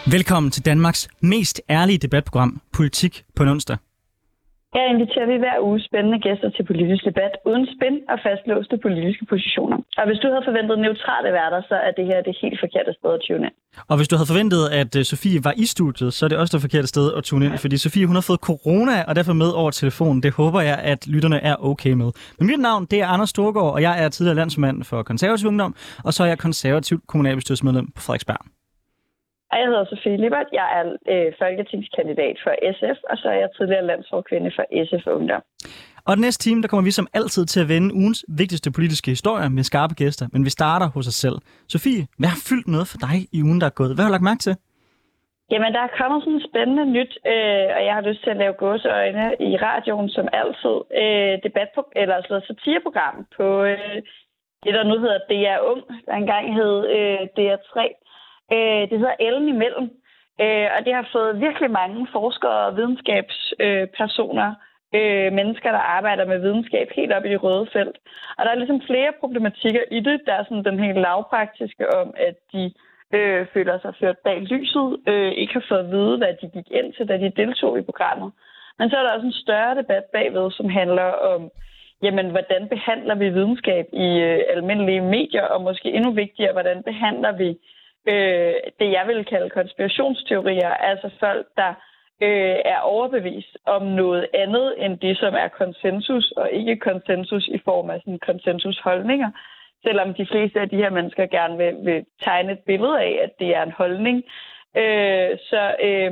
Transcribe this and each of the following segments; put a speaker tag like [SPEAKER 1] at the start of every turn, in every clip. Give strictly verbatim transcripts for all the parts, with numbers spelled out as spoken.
[SPEAKER 1] Velkommen til Danmarks mest ærlige debatprogram, Politik på en onsdag.
[SPEAKER 2] Her inviterer vi hver uge spændende gæster til politisk debat uden spin og fastlåste politiske positioner. Og hvis du havde forventet neutrale værter, så er det her det helt forkerte sted at tune ind.
[SPEAKER 1] Og hvis du havde forventet, at Sofie var i studiet, så er det også det forkerte sted at tune ind, fordi Sofie hun har fået corona og derfor med over telefonen. Det håber jeg, at lytterne er okay med. Men mit navn det er Anders Storgård, og jeg er tidligere landsmand for Konservativ Ungdom, og så er jeg konservativt kommunalbestyrelsesmedlem på Frederiksberg.
[SPEAKER 2] Og jeg hedder Sofie Lippert. Jeg er øh, folketingskandidat for S F, og så er jeg tidligere landsforkvinde for S F Ungdom.
[SPEAKER 1] Og den næste time, der kommer vi som altid til at vende ugens vigtigste politiske historier med skarpe gæster, men vi starter hos os selv. Sofie, hvad har fyldt noget for dig i ugen, der er gået? Hvad har du lagt mærke til?
[SPEAKER 2] Jamen, der er kommet sådan spændende nyt, øh, og jeg har lyst til at lave gåseøjne i radioen som altid. Øh, debat på, eller sådan et satireprogram på øh, det, der nu hedder D R Ung, der engang hed øh, D R tre. Det hedder Ellen imellem, og det har fået virkelig mange forskere og videnskabspersoner, mennesker, der arbejder med videnskab helt op i det røde felt. Og der er ligesom flere problematikker i det. Der er sådan den helt lavpraktiske om, at de øh, føler sig ført bag lyset, øh, ikke har fået at vide, hvad de gik ind til, da de deltog i programmet. Men så er der også en større debat bagved, som handler om, jamen, hvordan behandler vi videnskab i øh, almindelige medier, og måske endnu vigtigere, hvordan behandler vi Øh, det, jeg vil kalde konspirationsteorier, altså folk, der øh, er overbevist om noget andet end det, som er konsensus, og ikke konsensus i form af sådan konsensusholdninger. Selvom de fleste af de her mennesker gerne vil, vil tegne et billede af, at det er en holdning. Øh, så øh,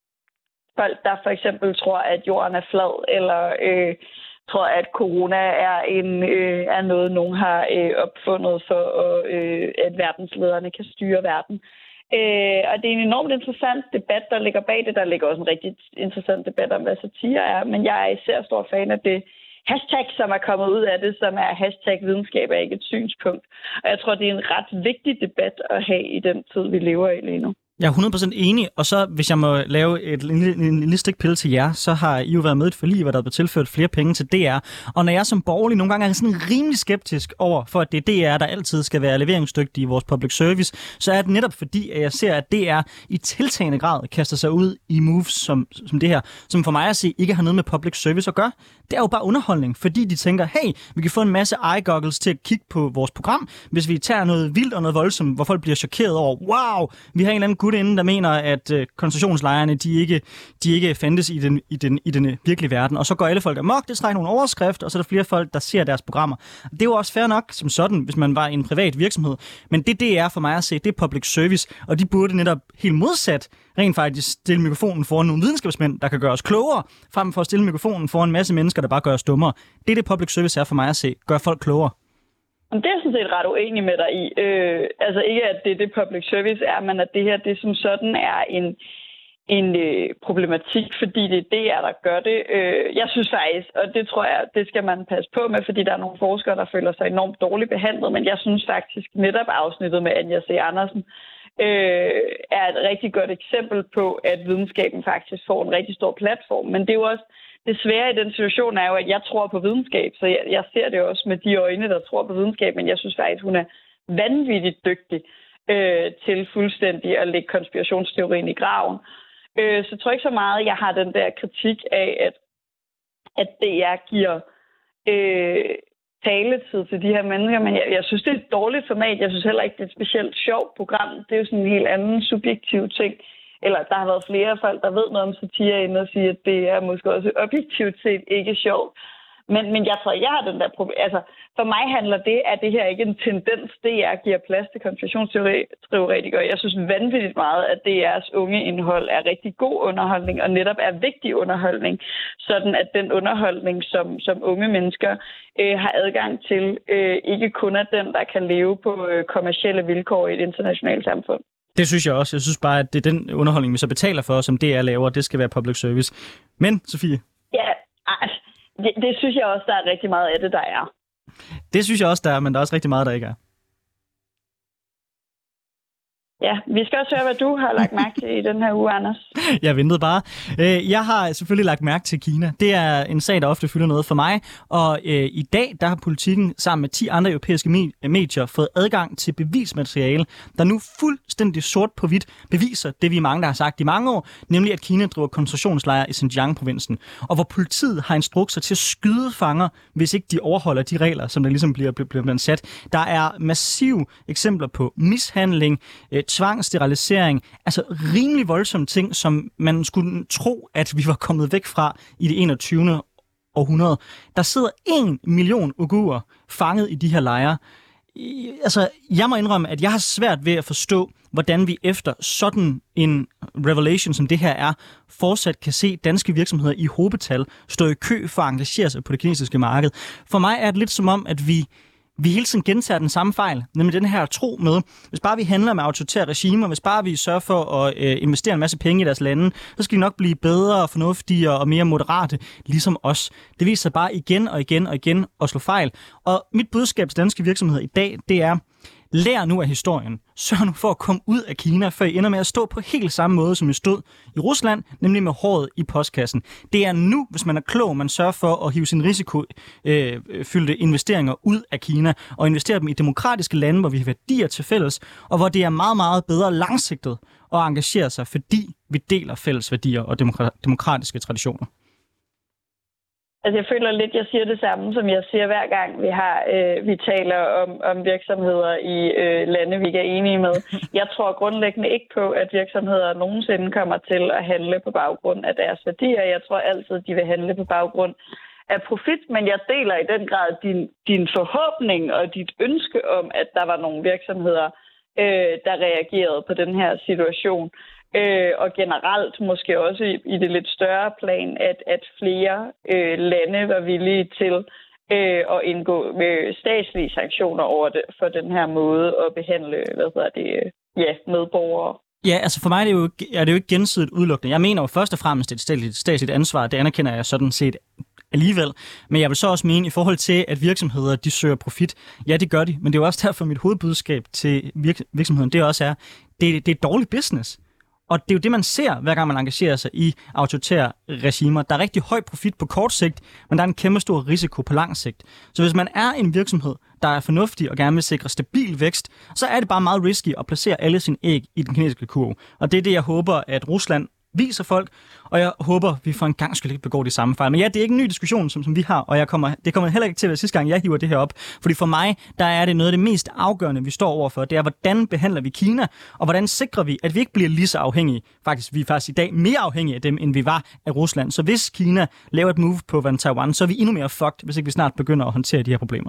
[SPEAKER 2] folk, der for eksempel tror, at jorden er flad, eller øh, tror, at corona er, en, øh, er noget, nogen har øh, opfundet for, at, øh, at verdenslederne kan styre verden. Øh, og det er en enormt interessant debat, der ligger bag det. Der ligger også en rigtig interessant debat om, hvad satire er. Men jeg er især stor fan af det hashtag, som er kommet ud af det, som er hashtag videnskab er ikke et synspunkt. Og jeg tror, det er en ret vigtig debat at have i den tid, vi lever i lige nu.
[SPEAKER 1] Jeg er hundrede procent enig, og så hvis jeg må lave et en lille stikpille til jer, så har I jo været med i et forlig, hvor der er blevet tilført flere penge til D R. Og når jeg som borgerlig nogle gange er sådan rimelig skeptisk over for, at det er D R, der altid skal være leveringsdygtige i vores public service, så er det netop fordi, at jeg ser, at D R i tiltagende grad kaster sig ud i moves som, som det her, som for mig at se ikke har noget med public service at gøre. Det er jo bare underholdning, fordi de tænker, hey, vi kan få en masse eye goggles til at kigge på vores program, hvis vi tager noget vildt og noget voldsomt, hvor folk bliver chokeret over, wow, vi har en eller anden gut inden, der mener, at øh, koncentrationslejrene, de ikke, de ikke fandtes i den, i, den, i den virkelige verden. Og så går alle folk amok, det trækker nogle overskrifter, og så er der flere folk, der ser deres programmer. Det er jo også fair nok som sådan, hvis man var i en privat virksomhed. Men det, det er for mig at se, det er public service, og de burde netop helt modsat rent faktisk stille mikrofonen foran nogle videnskabsmænd, der kan gøre os klogere, frem for at stille mikrofonen foran en masse mennesker, der bare gør os dummere. Det er det, public service er for mig at se. Gør folk klogere.
[SPEAKER 2] Det er jeg sådan set ret uenig med dig i. Øh, altså ikke, at det er det public service er, men at det her, det som sådan er en, en øh, problematik, fordi det er D R, der gør det. Øh, jeg synes faktisk, og det tror jeg, det skal man passe på med, fordi der er nogle forskere, der føler sig enormt dårligt behandlet, men jeg synes faktisk netop afsnittet med Anja C. Andersen øh, er et rigtig godt eksempel på, at videnskaben faktisk får en rigtig stor platform. Men det er jo også det svære i den situation er jo, at jeg tror på videnskab, så jeg, jeg ser det også med de øjne, der tror på videnskab, men jeg synes faktisk, hun er vanvittigt dygtig øh, til fuldstændig at lægge konspirationsteorien i graven. Øh, så jeg tror ikke så meget, at jeg har den der kritik af, at, at D R giver øh, taletid til de her mennesker, men jeg, jeg synes, det er et dårligt format. Jeg synes heller ikke, det er et specielt sjovt program. Det er jo sådan en helt anden subjektiv ting. Eller der har været flere folk, der ved noget om satire, inden at sige, at det er måske også objektivt set ikke sjovt. Men, men jeg tror, jeg har den der problem. Altså, for mig handler det, at det her ikke er en tendens, D R giver plads til konspirationsteoretikere. Jeg synes vanvittigt meget, at D R's unge indhold er rigtig god underholdning, og netop er vigtig underholdning. Sådan at den underholdning, som, som unge mennesker øh, har adgang til, øh, ikke kun er den, der kan leve på øh, kommercielle vilkår i et internationalt samfund.
[SPEAKER 1] Det synes jeg også. Jeg synes bare, at det er den underholdning, vi så betaler for, som D R laver, det skal være public service. Men, Sofie?
[SPEAKER 2] Ja, altså, det, det synes jeg også, der er rigtig meget af det, der er.
[SPEAKER 1] Det synes jeg også, der er, men der er også rigtig meget, der ikke er.
[SPEAKER 2] Ja, vi skal også høre, hvad du har lagt mærke til i den her uge, Anders.
[SPEAKER 1] Jeg ventede bare. Jeg har selvfølgelig lagt mærke til Kina. Det er en sag, der ofte fylder noget for mig. Og øh, i dag, der har Politikken sammen med ti andre europæiske medier fået adgang til bevismateriale, der nu fuldstændig sort på hvidt beviser det, vi mange, der har sagt i mange år, nemlig at Kina driver koncentrationslejre i Xinjiang-provinsen. Og hvor politiet har instrukser til at skyde fanger, hvis ikke de overholder de regler, som der ligesom bliver, bliver, bliver sat. Der er massive eksempler på mishandling, øh, tvangssterilisering, altså rimelig voldsomme ting, som man skulle tro, at vi var kommet væk fra i det enogtyvende århundrede. Der sidder en million uigurer fanget i de her lejre. Altså, jeg må indrømme, at jeg har svært ved at forstå, hvordan vi efter sådan en revelation, som det her er, fortsat kan se danske virksomheder i hobetal stå i kø for at engagere sig på det kinesiske marked. For mig er det lidt som om, at vi Vi hele tiden gentager den samme fejl, nemlig den her tro med, hvis bare vi handler med autoritære regimer, hvis bare vi sørger for at øh, investere en masse penge i deres lande, så skal de nok blive bedre, fornuftigere og mere moderate, ligesom os. Det viser sig bare igen og igen og igen at slå fejl. Og mit budskab til danske virksomheder i dag, det er, lær nu af historien. Sørg nu for at komme ud af Kina, før I ender med at stå på helt samme måde, som I stod i Rusland, nemlig med håret i postkassen. Det er nu, hvis man er klog, man sørger for at hive sine risikofyldte øh, investeringer ud af Kina og investere dem i demokratiske lande, hvor vi har værdier til fælles, og hvor det er meget, meget bedre langsigtet at engagere sig, fordi vi deler fælles værdier og demokra- demokratiske traditioner.
[SPEAKER 2] Altså, jeg føler lidt, jeg siger det samme, som jeg siger hver gang, vi har øh, vi taler om, om virksomheder i øh, lande, vi ikke er enige med. Jeg tror grundlæggende ikke på, at virksomheder nogensinde kommer til at handle på baggrund af deres værdier. Jeg tror altid, de vil handle på baggrund af profit, men jeg deler i den grad din, din forhåbning og dit ønske om, at der var nogle virksomheder, øh, der reagerede på den her situation. Øh, og generelt måske også i, i det lidt større plan, at, at flere øh, lande var villige til øh, at indgå med statslige sanktioner over det, for den her måde at behandle hvad hedder det, ja, medborgere.
[SPEAKER 1] Ja, altså for mig er det jo, er det jo ikke gensidigt udelukkende. Jeg mener jo først og fremmest, det er et statsligt ansvar, det anerkender jeg sådan set alligevel. Men jeg vil så også mene, i forhold til, at virksomheder, de søger profit, ja, det gør de. Men det er jo også derfor, mit hovedbudskab til virksomheden, det også er, det, det er dårlig business. Og det er jo det, man ser, hver gang man engagerer sig i autoritære regimer. Der er rigtig høj profit på kort sigt, men der er en kæmpe stor risiko på lang sigt. Så hvis man er en virksomhed, der er fornuftig og gerne vil sikre stabil vækst, så er det bare meget risky at placere alle sine æg i den kinesiske kurv. Og det er det, jeg håber, at Rusland viser folk, og jeg håber, vi for en gang skyld ikke begår de samme fejl. Men ja, det er ikke en ny diskussion, som, som vi har, og jeg kommer, det kommer heller ikke til at være sidste gang, jeg hiver det her op. Fordi for mig, der er det noget af det mest afgørende, vi står overfor. Det er, hvordan behandler vi Kina, og hvordan sikrer vi, at vi ikke bliver lige så afhængige. Faktisk, vi er faktisk i dag mere afhængige af dem, end vi var af Rusland. Så hvis Kina laver et move på Taiwan, så er vi endnu mere fucked, hvis ikke vi snart begynder at håndtere de her problemer.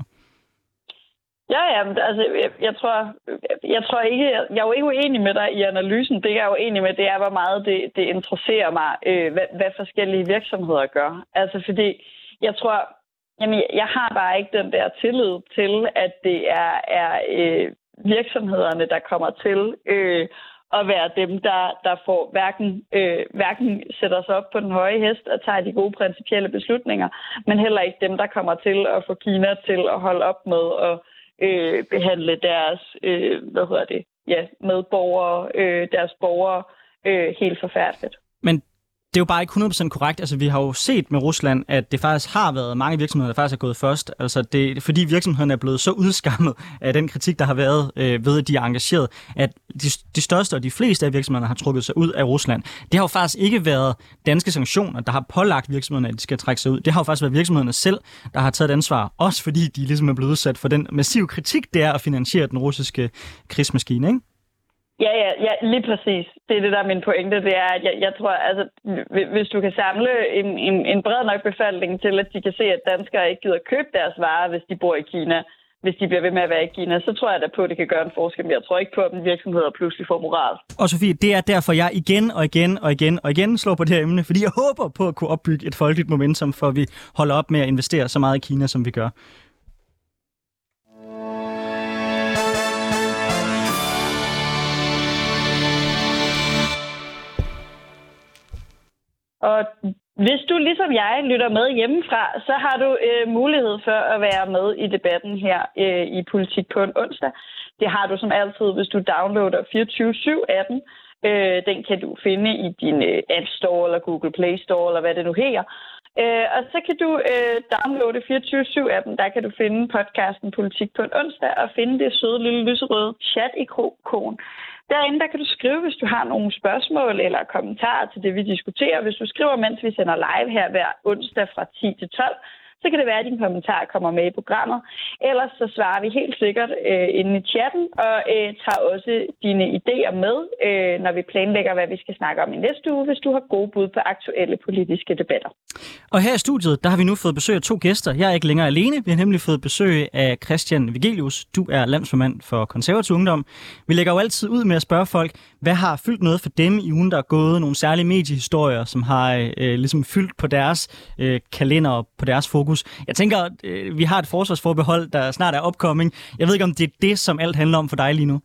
[SPEAKER 2] Ja, ja, altså, jeg, jeg tror, jeg tror ikke, jeg er jo ikke uenig med dig i analysen. Det jeg er jo enig med, det er, hvor meget det, det interesserer mig, øh, hvad, hvad forskellige virksomheder gør. Altså, fordi jeg tror, jamen, jeg har bare ikke den der tillid til, at det er, er øh, virksomhederne, der kommer til øh, at være dem, der, der får hverken, øh, hverken sætter sig op på den høje hest og tager de gode principielle beslutninger, men heller ikke dem, der kommer til at få Kina til at holde op med at Øh, behandle deres øh, hvad hedder det, ja, medborgere, øh, deres borgere øh, helt forfærdeligt.
[SPEAKER 1] Men det er jo bare ikke hundrede procent korrekt. Altså, vi har jo set med Rusland, at det faktisk har været mange virksomheder, der faktisk er gået først. Altså, det, fordi virksomhederne er blevet så udskammet af den kritik, der har været øh, ved, at de er engageret, at de, de største og de fleste af virksomhederne har trukket sig ud af Rusland. Det har jo faktisk ikke været danske sanktioner, der har pålagt virksomhederne, at de skal trække sig ud. Det har jo faktisk været virksomhederne selv, der har taget et ansvar. Også fordi de ligesom er blevet udsat for den massive kritik, det er at finansiere den russiske krigsmaskine, ikke?
[SPEAKER 2] Ja, ja, ja, lige præcis. Det er det, der er min pointe. Det er, at jeg, jeg tror, altså, hvis du kan samle en, en, en bred nok befolkning til, at de kan se, at danskere ikke gider købe deres varer, hvis de bor i Kina, hvis de bliver ved med at være i Kina, så tror jeg da på, at det kan gøre en forskel. Men jeg tror ikke på, at virksomheder pludselig får moral. Og
[SPEAKER 1] Sofie, det er derfor, jeg igen og igen og igen og igen slår på det her emne, fordi jeg håber på at kunne opbygge et folkeligt momentum, for at vi holder op med at investere så meget i Kina, som vi gør.
[SPEAKER 2] Og hvis du ligesom jeg lytter med hjemmefra, så har du øh, mulighed for at være med i debatten her øh, i Politik på en onsdag. Det har du som altid, hvis du downloader fireogtyve syv-appen. Øh, den kan du finde i din øh, App Store eller Google Play Store, eller hvad det nu hedder. Øh, og så kan du øh, downloade fireogtyve syv-appen. Der kan du finde podcasten Politik på en onsdag og finde det søde lille lyserøde chat-ikon. Derinde der kan du skrive, hvis du har nogle spørgsmål eller kommentarer til det, vi diskuterer. Hvis du skriver, mens vi sender live her hver onsdag fra ti til tolv, så kan det være, at dine kommentarer kommer med i programmet. Ellers så svarer vi helt sikkert øh, inde i chatten, og øh, tager også dine idéer med, øh, når vi planlægger, hvad vi skal snakke om i næste uge, hvis du har gode bud på aktuelle politiske debatter.
[SPEAKER 1] Og her i studiet, der har vi nu fået besøg af to gæster. Jeg er ikke længere alene. Vi har nemlig fået besøg af Christian Vigelius. Du er landsformand for Konservativ Ungdom. Vi lægger jo altid ud med at spørge folk, hvad har fyldt noget for dem i ugen, der er gået? Nogle særlige mediehistorier, som har øh, ligesom fyldt på deres øh, kalender og på deres fokus. Jeg tænker, øh, vi har et forsvarsforbehold, der snart er opkoming. Jeg ved ikke, om det er det, som alt handler om for dig lige nu.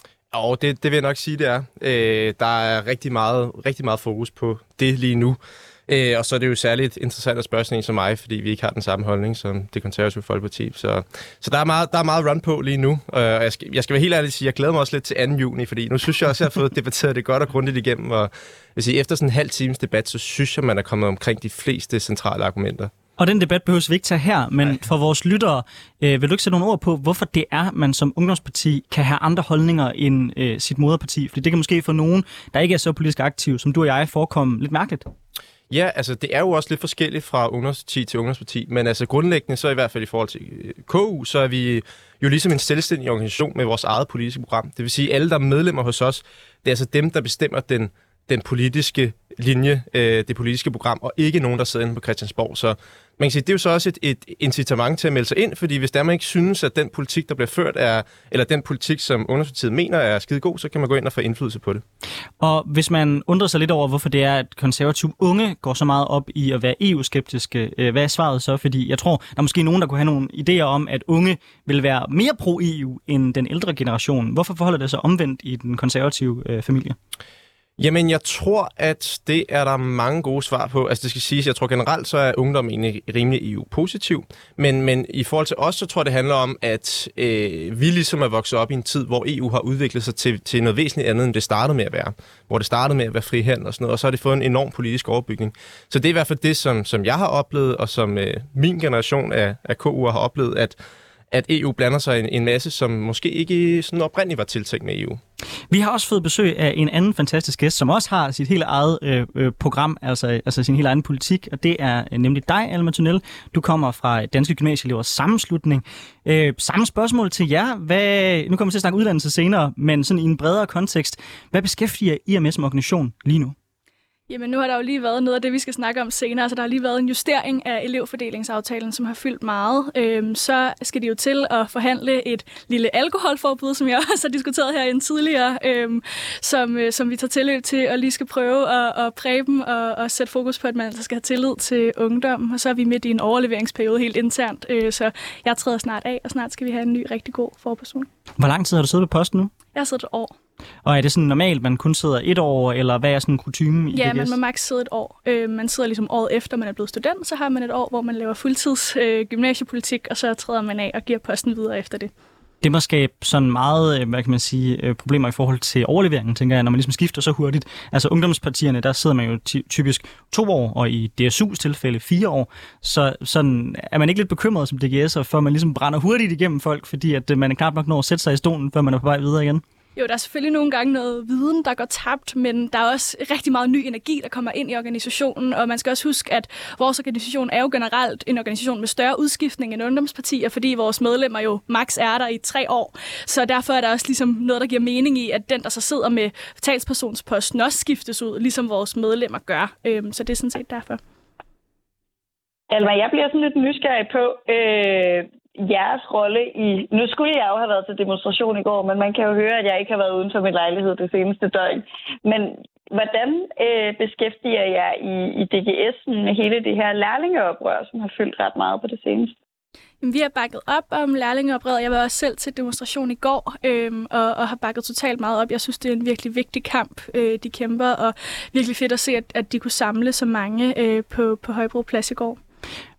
[SPEAKER 3] Og det, det vil jeg nok sige, det er. Øh, der er rigtig meget, rigtig meget fokus på det lige nu. Øh, og så er det jo særligt interessant at spørge sådan en som mig, fordi vi ikke har den samme holdning som Det Konservative Folkeparti. Så, så der, er meget, der er meget run på lige nu. Og jeg skal, jeg skal være helt ærlig sige, jeg glæder mig også lidt til anden juni, fordi nu synes jeg også, at jeg har fået debatteret det godt og grundigt igennem. Og jeg sige, efter sådan en halv times debat, så synes jeg, man er kommet omkring de fleste centrale argumenter. Og
[SPEAKER 1] den debat behøves vi ikke tage her, men Nej. for vores lyttere, øh, vil du ikke sætte nogle ord på, hvorfor det er, man som ungdomsparti kan have andre holdninger end øh, sit moderparti? Fordi det kan måske for nogen, der ikke er så politisk aktiv, som du og jeg, forekomme lidt mærkeligt.
[SPEAKER 3] Ja, altså det er jo også lidt forskelligt fra ungdomsparti til ungdomsparti, men altså grundlæggende, så i hvert fald i forhold til K U, så er vi jo ligesom en selvstændig organisation med vores eget politiske program. Det vil sige, at alle, der er medlemmer hos os, det er altså dem, der bestemmer den, den politiske linje, øh, det politiske program, og ikke nogen, der sidder inde på Christiansborg. Så man kan sige, det er jo så også et, et incitament til at melde sig ind, fordi hvis der man ikke synes, at den politik, der bliver ført, er, eller den politik, som ungdomspartiet mener er skide god, så kan man gå ind og få indflydelse på det.
[SPEAKER 1] Og hvis man undrer sig lidt over, hvorfor det er, at konservative unge går så meget op i at være E U-skeptiske, hvad er svaret så? Fordi jeg tror, der er måske nogen, der kunne have nogle idéer om, at unge vil være mere pro-E U end den ældre generation. Hvorfor forholder det sig omvendt i den konservative øh, familie?
[SPEAKER 3] Jamen, jeg tror, at det er der mange gode svar på. Altså, det skal siges, jeg tror generelt, så er ungdom egentlig rimelig E U-positiv. Men, men i forhold til os, så tror jeg, det handler om, at øh, vi ligesom er vokset op i en tid, hvor E U har udviklet sig til, til noget væsentligt andet, end det startede med at være. Hvor det startede med at være frihandel og sådan noget, og så har det fået en enorm politisk overbygning. Så det er i hvert fald det, som, som jeg har oplevet, og som øh, min generation af, af K U'er har oplevet, at at E U blander sig i en, en masse, som måske ikke sådan oprindeligt var tiltænkt med E U.
[SPEAKER 1] Vi har også fået besøg af en anden fantastisk gæst, som også har sit helt eget øh, øh, program, altså, altså sin helt egen politik, og det er øh, nemlig dig, Alma Tynell. Du kommer fra Danske Gymnasieelevers Sammenslutning. Øh, samme spørgsmål til jer. Hvad, nu kommer vi til at snakke uddannelse senere, men sådan i en bredere kontekst. Hvad beskæftiger I R M S som organisation lige nu?
[SPEAKER 4] Jamen, nu har der jo lige været noget af det, vi skal snakke om senere. Så der har lige været en justering af elevfordelingsaftalen, som har fyldt meget. Øhm, så skal de jo til at forhandle et lille alkoholforbud, som jeg også har diskuteret herinde tidligere, øhm, som, øh, som vi tager tilløb til og lige skal prøve at, at præge dem og, og sætte fokus på, at man altså skal have tillid til ungdom. Og så er vi midt i en overleveringsperiode helt internt, øh, så jeg træder snart af, og snart skal vi have en ny rigtig god forperson.
[SPEAKER 1] Hvor lang tid har du siddet på posten nu?
[SPEAKER 4] Jeg har siddet et år.
[SPEAKER 1] Og er det sådan normalt, man kun sidder et år, eller hvad er sådan en kutyme i
[SPEAKER 4] ja,
[SPEAKER 1] D G S?
[SPEAKER 4] Ja, man må maks sidde et år. Øh, man sidder ligesom året efter, man er blevet student, så har man et år, hvor man laver fuldtids øh, gymnasiepolitik, og så træder man af og giver posten videre efter det.
[SPEAKER 1] Det må skabe sådan meget, hvad kan man sige, problemer i forhold til overleveringen, tænker jeg, når man ligesom skifter så hurtigt. Altså ungdomspartierne, der sidder man jo typisk to år, og i D S U's tilfælde fire år. Så sådan, er man ikke lidt bekymret som D G S'er, for man ligesom brænder hurtigt igennem folk, fordi at man knap nok når at sætte sig i stolen, før man er på vej videre igen?
[SPEAKER 4] Jo, der er selvfølgelig nogle gange noget viden, der går tabt, men der er også rigtig meget ny energi, der kommer ind i organisationen, og man skal også huske, at vores organisation er jo generelt en organisation med større udskiftning end ungdomspartier, fordi vores medlemmer jo maks er der i tre år. Så derfor er der også ligesom noget, der giver mening i, at den, der så sidder med talspersonsposten, også skiftes ud, ligesom vores medlemmer gør. Så det er sådan set derfor.
[SPEAKER 2] Alma, jeg bliver sådan lidt nysgerrig på øh, jeres rolle i... Nu skulle jeg jo have været til demonstration i går, men man kan jo høre, at jeg ikke har været uden for min lejlighed det seneste døgn. Men hvordan øh, beskæftiger jeg i, i D G S'en med hele det her lærlingeoprør, som har fyldt ret meget på det seneste?
[SPEAKER 4] Vi har bakket op om lærlingeoprøret. Jeg var også selv til demonstration i går, øhm, og, og har bakket totalt meget op. Jeg synes, det er en virkelig vigtig kamp, øh, de kæmper, og virkelig fedt at se, at, at de kunne samle så mange øh, på, på Højbro Plads i går.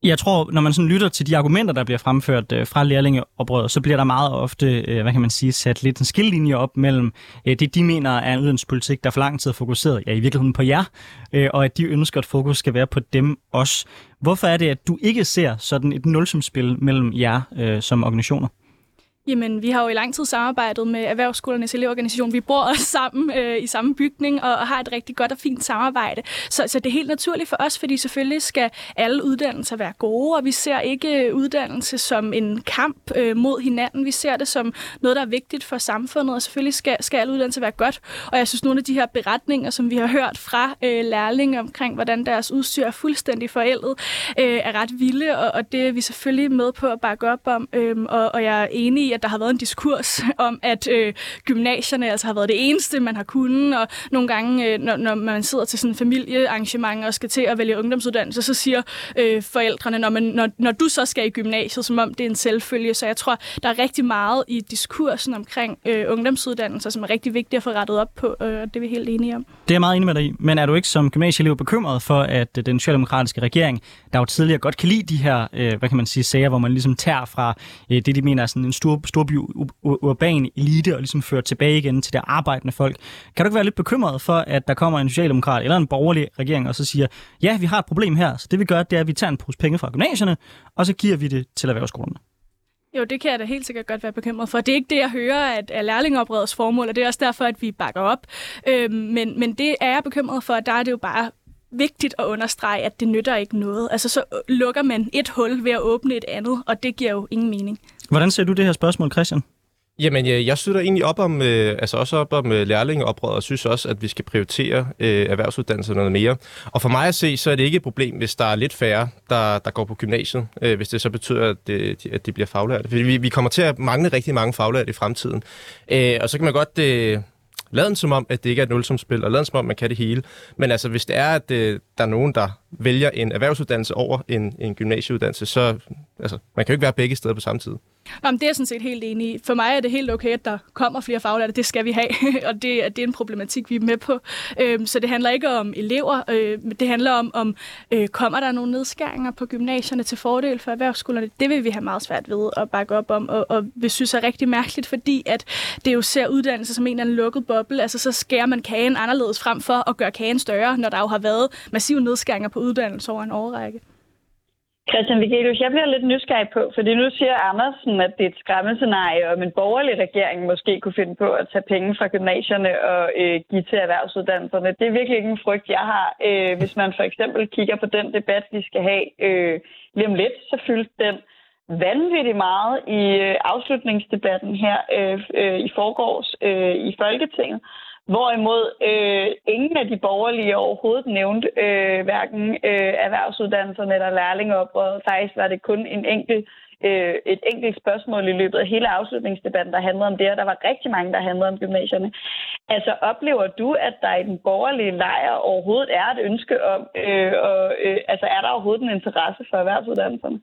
[SPEAKER 1] Jeg tror, når man sådan lytter til de argumenter, der bliver fremført øh, fra lærlingeoprøret, så bliver der meget ofte, øh, hvad kan man sige, sat lidt en skillelinje op mellem øh, det, de mener er en uddannelsespolitik, der for lang tid er fokuseret, ja, i virkeligheden på jer, øh, og at de ønsker, at fokus skal være på dem også. Hvorfor er det, at du ikke ser sådan et nulsumsspil mellem jer øh, som organisationer?
[SPEAKER 4] Jamen, vi har jo i lang tid samarbejdet med Erhvervsskolernes Elevorganisation. Vi bor også sammen øh, i samme bygning og, og har et rigtig godt og fint samarbejde. Så, så det er helt naturligt for os, fordi selvfølgelig skal alle uddannelser være gode, og vi ser ikke uddannelse som en kamp øh, mod hinanden. Vi ser det som noget, der er vigtigt for samfundet, og selvfølgelig skal, skal alle uddannelser være godt. Og jeg synes, nogle af de her beretninger, som vi har hørt fra øh, lærlinge omkring, hvordan deres udstyr er fuldstændig forældet, øh, er ret vilde, og, og det er vi selvfølgelig med på at bakke op om. Øh, og, og jeg er enig i, at der har været en diskurs om, at øh, gymnasierne altså har været det eneste, man har kunnet, og nogle gange, øh, når, når man sidder til sådan en familiearrangement og skal til at vælge ungdomsuddannelse, så siger øh, forældrene, når, man, når, når du så skal i gymnasiet, som om det er en selvfølge. Så jeg tror, der er rigtig meget i diskursen omkring øh, ungdomsuddannelser, som er rigtig vigtigt at få rettet op på, øh, og det er vi helt enige om.
[SPEAKER 1] Det er jeg meget enig med dig i, men er du ikke som gymnasieelev bekymret for, at den socialdemokratiske regering, der jo tidligere godt kan lide de her, øh, hvad kan man sige, sager, hvor man ligesom tager fra øh, det, de mener er sådan en stor storby urban elite og ligesom fører tilbage igen til det arbejdende folk. Kan du ikke være lidt bekymret for, at der kommer en socialdemokrat eller en borgerlig regering og så siger, ja, vi har et problem her, så det vi gør, det er, at vi tager en pose penge fra gymnasierne, og så giver vi det til erhvervsskolerne?
[SPEAKER 4] Jo, det kan jeg da helt sikkert godt være bekymret for. Det er ikke det, jeg hører, at er lærlingeoprørets formål, og det er også derfor, at vi bakker op. Øhm, men, men det er jeg bekymret for, at der er det jo bare vigtigt at understrege, at det nytter ikke noget. Altså, så lukker man et hul ved at åbne et andet, og det giver jo ingen mening.
[SPEAKER 1] Hvordan ser du det her spørgsmål, Christian?
[SPEAKER 3] Jamen, jeg, jeg støtter egentlig op om, øh, altså også op om øh, lærlingeoprøret, og synes også, at vi skal prioritere øh, erhvervsuddannelser noget mere. Og for mig at se, så er det ikke et problem, hvis der er lidt færre, der, der går på gymnasiet, øh, hvis det så betyder, at, det, at de bliver faglærte. Fordi vi, vi kommer til at mangle rigtig mange faglærte i fremtiden. Øh, og så kan man godt øh, lade den som om, at det ikke er et nulsumsspil, og lade den som om, man kan det hele. Men altså, hvis det er, at øh, der er nogen, der vælger en erhvervsuddannelse over en, en gymnasieuddannelse, så altså, man kan jo ikke være begge steder på samme tid.
[SPEAKER 4] Jamen, det er jeg sådan set helt enig i. For mig er det helt okay, at der kommer flere faglærte. Det skal vi have, og det, det er en problematik, vi er med på. Øhm, så det handler ikke om elever. Øh, det handler om, om øh, kommer der nogle nedskæringer på gymnasierne til fordel for erhvervsskolerne? Det vil vi have meget svært ved at bakke op om, og, og vi synes er rigtig mærkeligt, fordi at det jo ser uddannelse som en eller anden lukket boble. Altså, så skærer man kagen anderledes frem for at gøre kagen større, når der jo har været massive nedskæringer på uddannelse over en årrække.
[SPEAKER 2] Christian Vigelius, jeg bliver lidt nysgerrig på, fordi nu siger Andersen, at det er et skræmmescenarie, om en borgerlig regering måske kunne finde på at tage penge fra gymnasierne og øh, give til erhvervsuddannelserne. Det er virkelig ikke en frygt, jeg har. Øh, hvis man for eksempel kigger på den debat, vi skal have øh, lige om lidt, så fyldte den vanvittigt meget i øh, afslutningsdebatten her øh, øh, i forgårs øh, i Folketinget. Hvorimod øh, ingen af de borgerlige overhovedet nævnte øh, hverken øh, erhvervsuddannelserne eller lærlingeoprøret. Faktisk var det kun en enkelt, øh, et enkelt spørgsmål i løbet af hele afslutningsdebatten, der handlede om det, og der var rigtig mange, der handlede om gymnasierne. Altså, oplever du, at der i den borgerlige lejr overhovedet er et ønske om, øh, og, øh, altså er der overhovedet en interesse for erhvervsuddannelserne?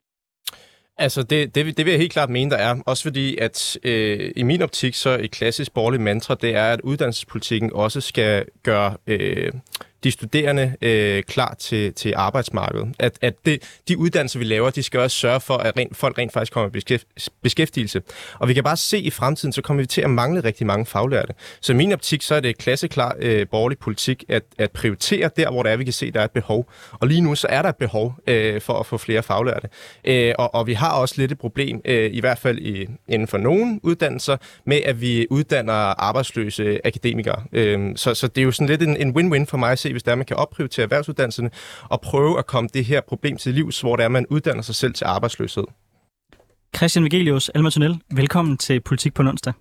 [SPEAKER 3] Altså, det, det, det vil jeg helt klart mene, der er. Også fordi, at øh, i min optik, så et klassisk borgerligt mantra, det er, at uddannelsespolitikken også skal gøre øh, de studerende øh, klar til, til arbejdsmarkedet. At, at det, de uddannelser, vi laver, de skal også sørge for, at rent, folk rent faktisk kommer i beskæftigelse. Og vi kan bare se i fremtiden, så kommer vi til at mangle rigtig mange faglærte. Så i min optik, så er det klasseklar øh, borgerlig politik at, at prioritere der, hvor der er, vi kan se, der er et behov. Og lige nu, så er der et behov øh, for at få flere faglærte. Øh, og, og vi har også lidt et problem, øh, i hvert fald i, inden for nogle uddannelser, med at vi uddanner arbejdsløse akademikere. Øh, så, så det er jo sådan lidt en, en win-win for mig at se, hvis der man kan opprioritere erhvervsuddannelserne og prøve at komme det her problem til livs, hvor der man uddanner sig selv til arbejdsløshed.
[SPEAKER 1] Christian Vigelius, Alma Tunnel, velkommen til Politik på onsdag.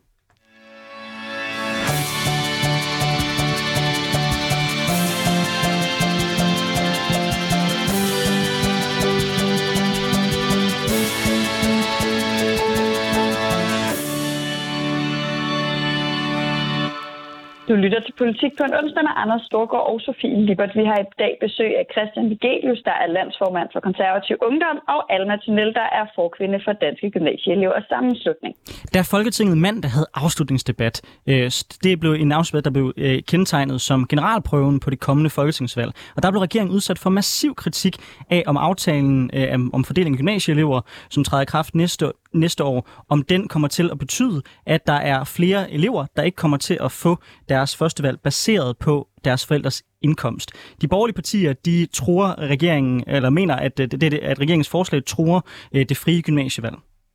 [SPEAKER 2] Du lytter til Politik på en onsdag med Anders Storgård og Sofie Lippert. Vi har i dag besøg af Christian Vigelius, der er landsformand for Konservativ Ungdom, og Alma Tynell, der er forkvinde for Danske Gymnasieelevers Sammenslutning.
[SPEAKER 1] Da Folketinget mandag havde afslutningsdebat, det blev en afslutning, der blev kendetegnet som generalprøven på det kommende folketingsvalg. Og der blev regeringen udsat for massiv kritik af, om aftalen om fordeling af gymnasieelever, som træder i kraft næste næste år, om den kommer til at betyde, at der er flere elever, der ikke kommer til at få deres førstevalg baseret på deres forældres indkomst. De borgerlige partier, de tror regeringen, eller mener, at, det, at regeringens forslag truer det frie gymnasievalg.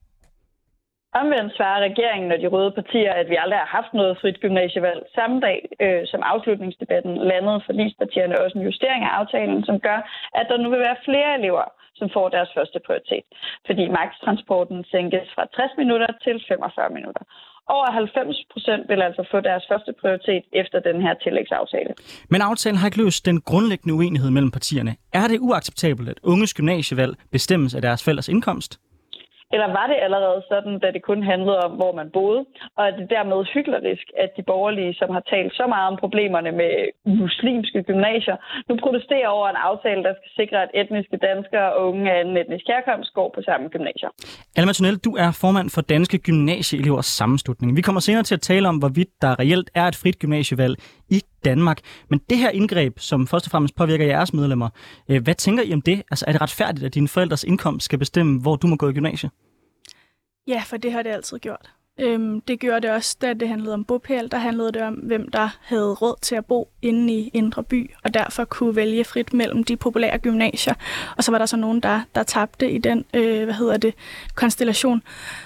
[SPEAKER 2] Omvendt svarer regeringen og de røde partier, at vi aldrig har haft noget frit gymnasievalg. Samme dag øh, som afslutningsdebatten landede forligspartierne også en justering af aftalen, som gør, at der nu vil være flere elever, som får deres første prioritet. Fordi makstransporten sænkes fra tres minutter til femogfyrre minutter. Over halvfems procent vil altså få deres første prioritet efter den her tillægsaftale. Men
[SPEAKER 1] aftalen har ikke løst den grundlæggende uenighed mellem partierne. Er det uacceptabelt, at unges gymnasievalg bestemmes af deres forældres indkomst?
[SPEAKER 2] Eller var det allerede sådan, da det kun handlede om, hvor man boede, og at det dermed hyklerisk, at de borgerlige, som har talt så meget om problemerne med muslimske gymnasier, nu protesterer over en aftale, der skal sikre, at etniske danskere og unge af anden etnisk herkomst går på samme gymnasier.
[SPEAKER 1] Alma Tynell, du er formand for Danske Gymnasieelevers Sammenslutning. Vi kommer senere til at tale om, hvorvidt der reelt er et frit gymnasievalg i Danmark. Men det her indgreb, som først og fremmest påvirker jeres medlemmer, hvad tænker I om det? Altså, er det retfærdigt, at dine forældres indkomst skal bestemme, hvor du må gå i gymnasiet?
[SPEAKER 4] Ja, for det har det altid gjort. Øhm, det gjorde det også, da det handlede om bopæl. Der handlede det om, hvem der havde råd til at bo inde i Indre By, og derfor kunne vælge frit mellem de populære gymnasier. Og så var der så nogen, der, der tabte i den, øh, hvad hedder det, konstellation.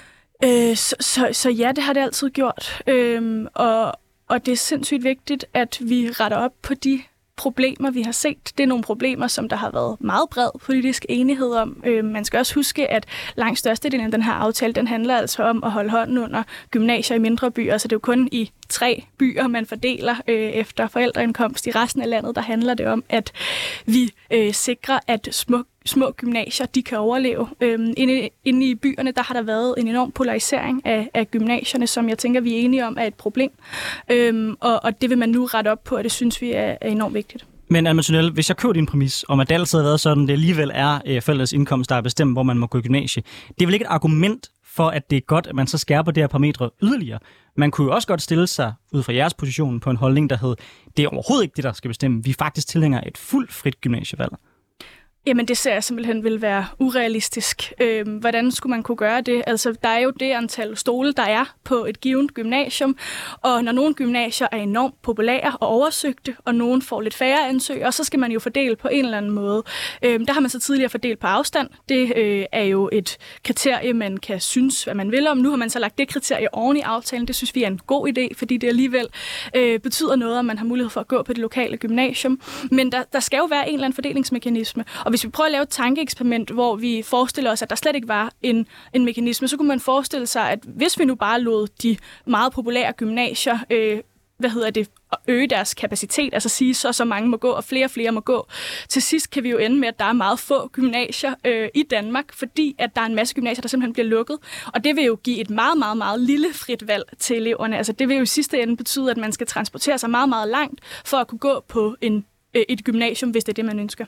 [SPEAKER 4] Øh, så, så, så ja, det har det altid gjort. Øh, og, og det er sindssygt vigtigt, at vi retter op på de problemer, vi har set. Det er nogle problemer, som der har været meget bred politisk enighed om. Øh, man skal også huske, at langt størstedelen af den her aftale, den handler altså om at holde hånden under gymnasier i mindre byer. Så det er jo kun i tre byer, man fordeler øh, efter forældreindkomst. I resten af landet, der handler det om, at vi øh, sikrer, at små små gymnasier, de kan overleve. Øhm, inde, inde i byerne, der har der været en enorm polarisering af, af gymnasierne, som jeg tænker, vi er enige om er et problem. Øhm, og, og det vil man nu rette op på, og det synes vi er, er enormt vigtigt.
[SPEAKER 1] Men Alma Tynell, hvis jeg køber din præmis om, at det altid har været sådan, det alligevel er øh, forældres indkomst, der er bestemt, hvor man må gå i gymnasie, det er vel ikke et argument for, at det er godt, at man så skærper det her parametre yderligere. Man kunne jo også godt stille sig ud fra jeres position på en holdning, der hed, det er overhovedet ikke det, der skal bestemme. Vi er faktisk tilhængere af et fuldt frit gymnasievalg.
[SPEAKER 4] Jamen, det ser jeg simpelthen vil være urealistisk. Øhm, hvordan skulle man kunne gøre det? Altså, der er jo det antal stole, der er på et givet gymnasium, og når nogle gymnasier er enormt populære og oversøgte, og nogle får lidt færre ansøgere, så skal man jo fordele på en eller anden måde. Øhm, der har man så tidligere fordelt på afstand. Det øh, er jo et kriterie, man kan synes, hvad man vil om. Nu har man så lagt det kriterie oven i aftalen. Det synes vi er en god idé, fordi det alligevel øh, betyder noget, at man har mulighed for at gå på det lokale gymnasium. Men der, der skal jo være en eller anden fordelingsmekanisme. Og hvis vi prøver at lave et tankeeksperiment, hvor vi forestiller os, at der slet ikke var en, en mekanisme, så kunne man forestille sig, at hvis vi nu bare lod de meget populære gymnasier øh, hvad hedder det, øge deres kapacitet, altså sige, så så mange må gå, og flere og flere må gå. Til sidst kan vi jo ende med, at der er meget få gymnasier øh, i Danmark, fordi at der er en masse gymnasier, der simpelthen bliver lukket. Og det vil jo give et meget, meget, meget lille frit valg til eleverne. Altså det vil jo i sidste ende betyde, at man skal transportere sig meget, meget langt for at kunne gå på en, øh, et gymnasium, hvis det er det, man ønsker.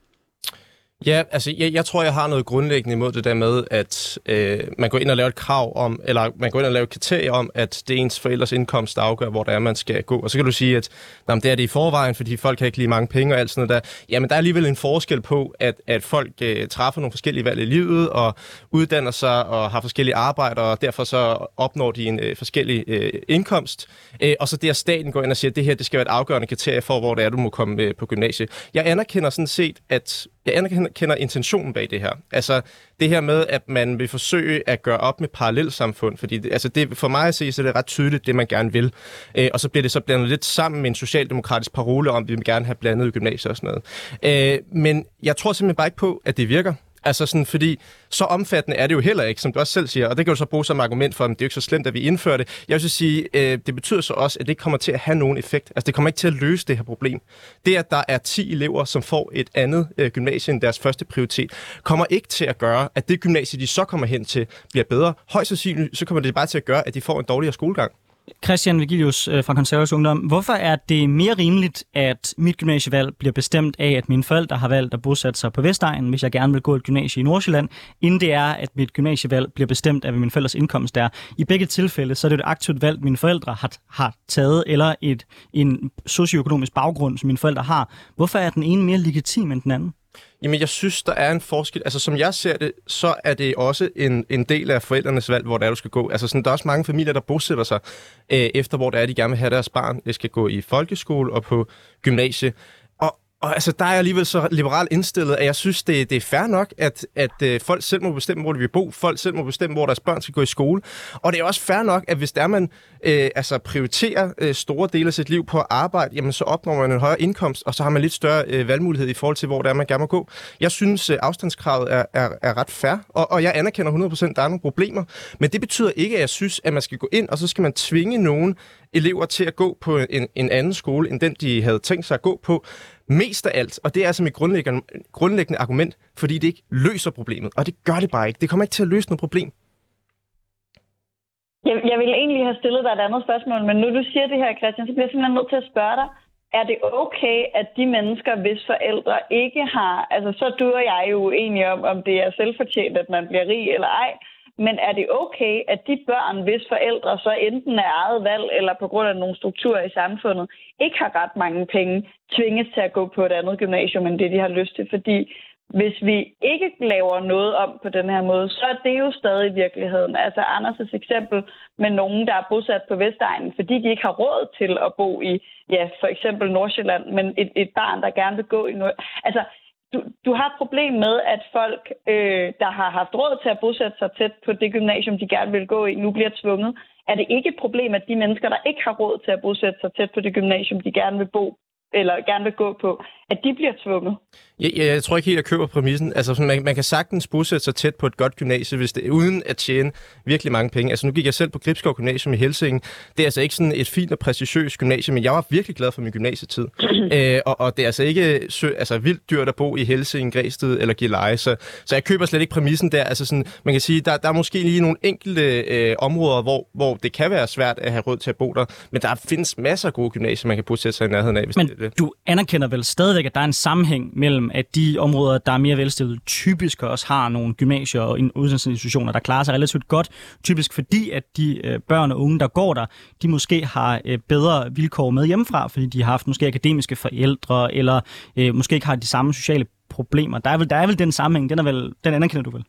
[SPEAKER 3] Ja, altså jeg, jeg tror, jeg har noget grundlæggende imod det der med, at øh, man går ind og laver et krav om, eller man går ind og laver et kriterie om, at det er ens forældres indkomst, der afgør, hvor det er, man skal gå. Og så kan du sige, at jamen, det er det i forvejen, fordi folk kan ikke lige mange penge og alt sådan noget der. Jamen, der er alligevel en forskel på, at, at folk øh, træffer nogle forskellige valg i livet, og uddanner sig og har forskellige arbejder, og derfor så opnår de en øh, forskellig øh, indkomst. Øh, og så det, at staten går ind og siger, at det her det skal være et afgørende kriterie for, hvor det er, du må komme øh, på gymnasiet. Jeg anerkender sådan set, at Jeg anerkender intentionen bag det her. Altså det her med, at man vil forsøge at gøre op med parallelsamfund, fordi det, altså det, for mig at se, så er det ret tydeligt, det man gerne vil. Øh, og så bliver det så blandet lidt sammen med en socialdemokratisk parole om, at vi vil gerne have blandet gymnasier og sådan noget. Øh, men jeg tror simpelthen bare ikke på, at det virker. Altså sådan, fordi så omfattende er det jo heller ikke, som du også selv siger, og det kan du så bruge som argument for, at det er jo ikke så slemt, at vi indfører det. Jeg vil så sige, øh, det betyder så også, at det ikke kommer til at have nogen effekt. Altså det kommer ikke til at løse det her problem. Det, at der er ti elever, som får et andet øh, gymnasie end deres første prioritet, kommer ikke til at gøre, at det gymnasie, de så kommer hen til, bliver bedre. Højst sandsynligt, så kommer det bare til at gøre, at de får en dårligere skolegang.
[SPEAKER 1] Christian Vigilius fra Konservativ Ungdom. Hvorfor er det mere rimeligt, at mit gymnasievalg bliver bestemt af, at mine forældre har valgt at bosætte sig på Vestegnen, hvis jeg gerne vil gå et gymnasie i Nordsjælland, inden det er, at mit gymnasievalg bliver bestemt af, hvad mine forældres indkomst er? I begge tilfælde, så er det et aktivt valg, mine forældre har, har taget, eller et, en socioøkonomisk baggrund, som mine forældre har. Hvorfor er den ene mere legitim end den anden?
[SPEAKER 3] Jamen, jeg synes, der er en forskel. Altså, som jeg ser det, så er det også en, en del af forældrenes valg, hvor det er, du skal gå. Altså, sådan, der er også mange familier, der bosætter sig øh, efter, hvor det er, de gerne vil have deres barn. Det skal gå i folkeskole og på gymnasie. Og altså, der er jeg alligevel så liberalt indstillet, at jeg synes, det, det er fair nok, at, at øh, folk selv må bestemme, hvor de vil bo. Folk selv må bestemme, hvor deres børn skal gå i skole. Og det er også fair nok, at hvis der man øh, altså prioriterer øh, store dele af sit liv på at arbejde, jamen så opnår man en højere indkomst, og så har man lidt større øh, valgmulighed i forhold til, hvor det er, man gerne må gå. Jeg synes, øh, afstandskravet er, er, er ret fair, og, og jeg anerkender hundrede procent, at der er nogle problemer. Men det betyder ikke, at jeg synes, at man skal gå ind, og så skal man tvinge nogen elever til at gå på en, en anden skole, end den, de havde tænkt sig at gå på. Mest af alt, og det er altså mit grundlæggende, grundlæggende argument, fordi det ikke løser problemet. Og det gør det bare ikke. Det kommer ikke til at løse noget problem.
[SPEAKER 2] Jeg, jeg ville egentlig have stillet dig et andet spørgsmål, men nu du siger det her, Christian, så bliver jeg simpelthen nødt til at spørge dig. Er det okay, at de mennesker, hvis forældre ikke har... Altså, så du og jeg er jo uenige om, om det er selvfortjent, at man bliver rig eller ej. Men er det okay, at de børn, hvis forældre så enten er eget valg eller på grund af nogle strukturer i samfundet, ikke har ret mange penge, tvinges til at gå på et andet gymnasium, end det de har lyst til? Fordi hvis vi ikke laver noget om på den her måde, så er det jo stadig virkeligheden. Altså Anders' eksempel med nogen, der er bosat på Vestegnen, fordi de ikke har råd til at bo i, ja, for eksempel Nordsjælland, men et, et barn, der gerne vil gå i Nord... Altså, Du, du har et problem med, at folk, øh, der har haft råd til at bosætte sig tæt på det gymnasium, de gerne vil gå i, nu bliver tvunget. Er det ikke et problem, at de mennesker, der ikke har råd til at bosætte sig tæt på det gymnasium, de gerne vil bo, eller gerne vil gå på, at de bliver tvunget?
[SPEAKER 3] Jeg, jeg, jeg tror ikke helt, jeg køber præmissen. Altså, man, man kan sagtens bosætte sig tæt på et godt gymnasie, hvis det, uden at tjene virkelig mange penge. Altså, nu gik jeg selv på Gribskov Gymnasium i Helsinge. Det er altså ikke sådan et fint og præcisiøst gymnasie, men jeg var virkelig glad for min gymnasietid. Æ, og, og det er altså ikke sø, altså, vildt dyrt at bo i Helsinge, Græsted eller Gilleleje, så, så jeg køber slet ikke præmissen der. Altså, sådan, man kan sige, der, der er måske lige nogle enkelte øh, områder, hvor, hvor det kan være svært at have råd til at bo der, men der findes masser af gode gymnasier, man kan bosætte sig i nærheden af. Hvis
[SPEAKER 1] men
[SPEAKER 3] det er det.
[SPEAKER 1] Du anerkender vel stadigvæk, at der er en sammenhæng mellem, at de områder, der er mere velstillede, typisk også har nogle gymnasier og uddannelsesinstitutioner, der klarer sig relativt godt, typisk fordi, at de øh, børn og unge, der går der, de måske har øh, bedre vilkår med hjemmefra, fordi de har haft måske akademiske forældre, eller øh, måske ikke har de samme sociale problemer. Der er vel, der er vel den sammenhæng, den, er vel, den anerkender du vel?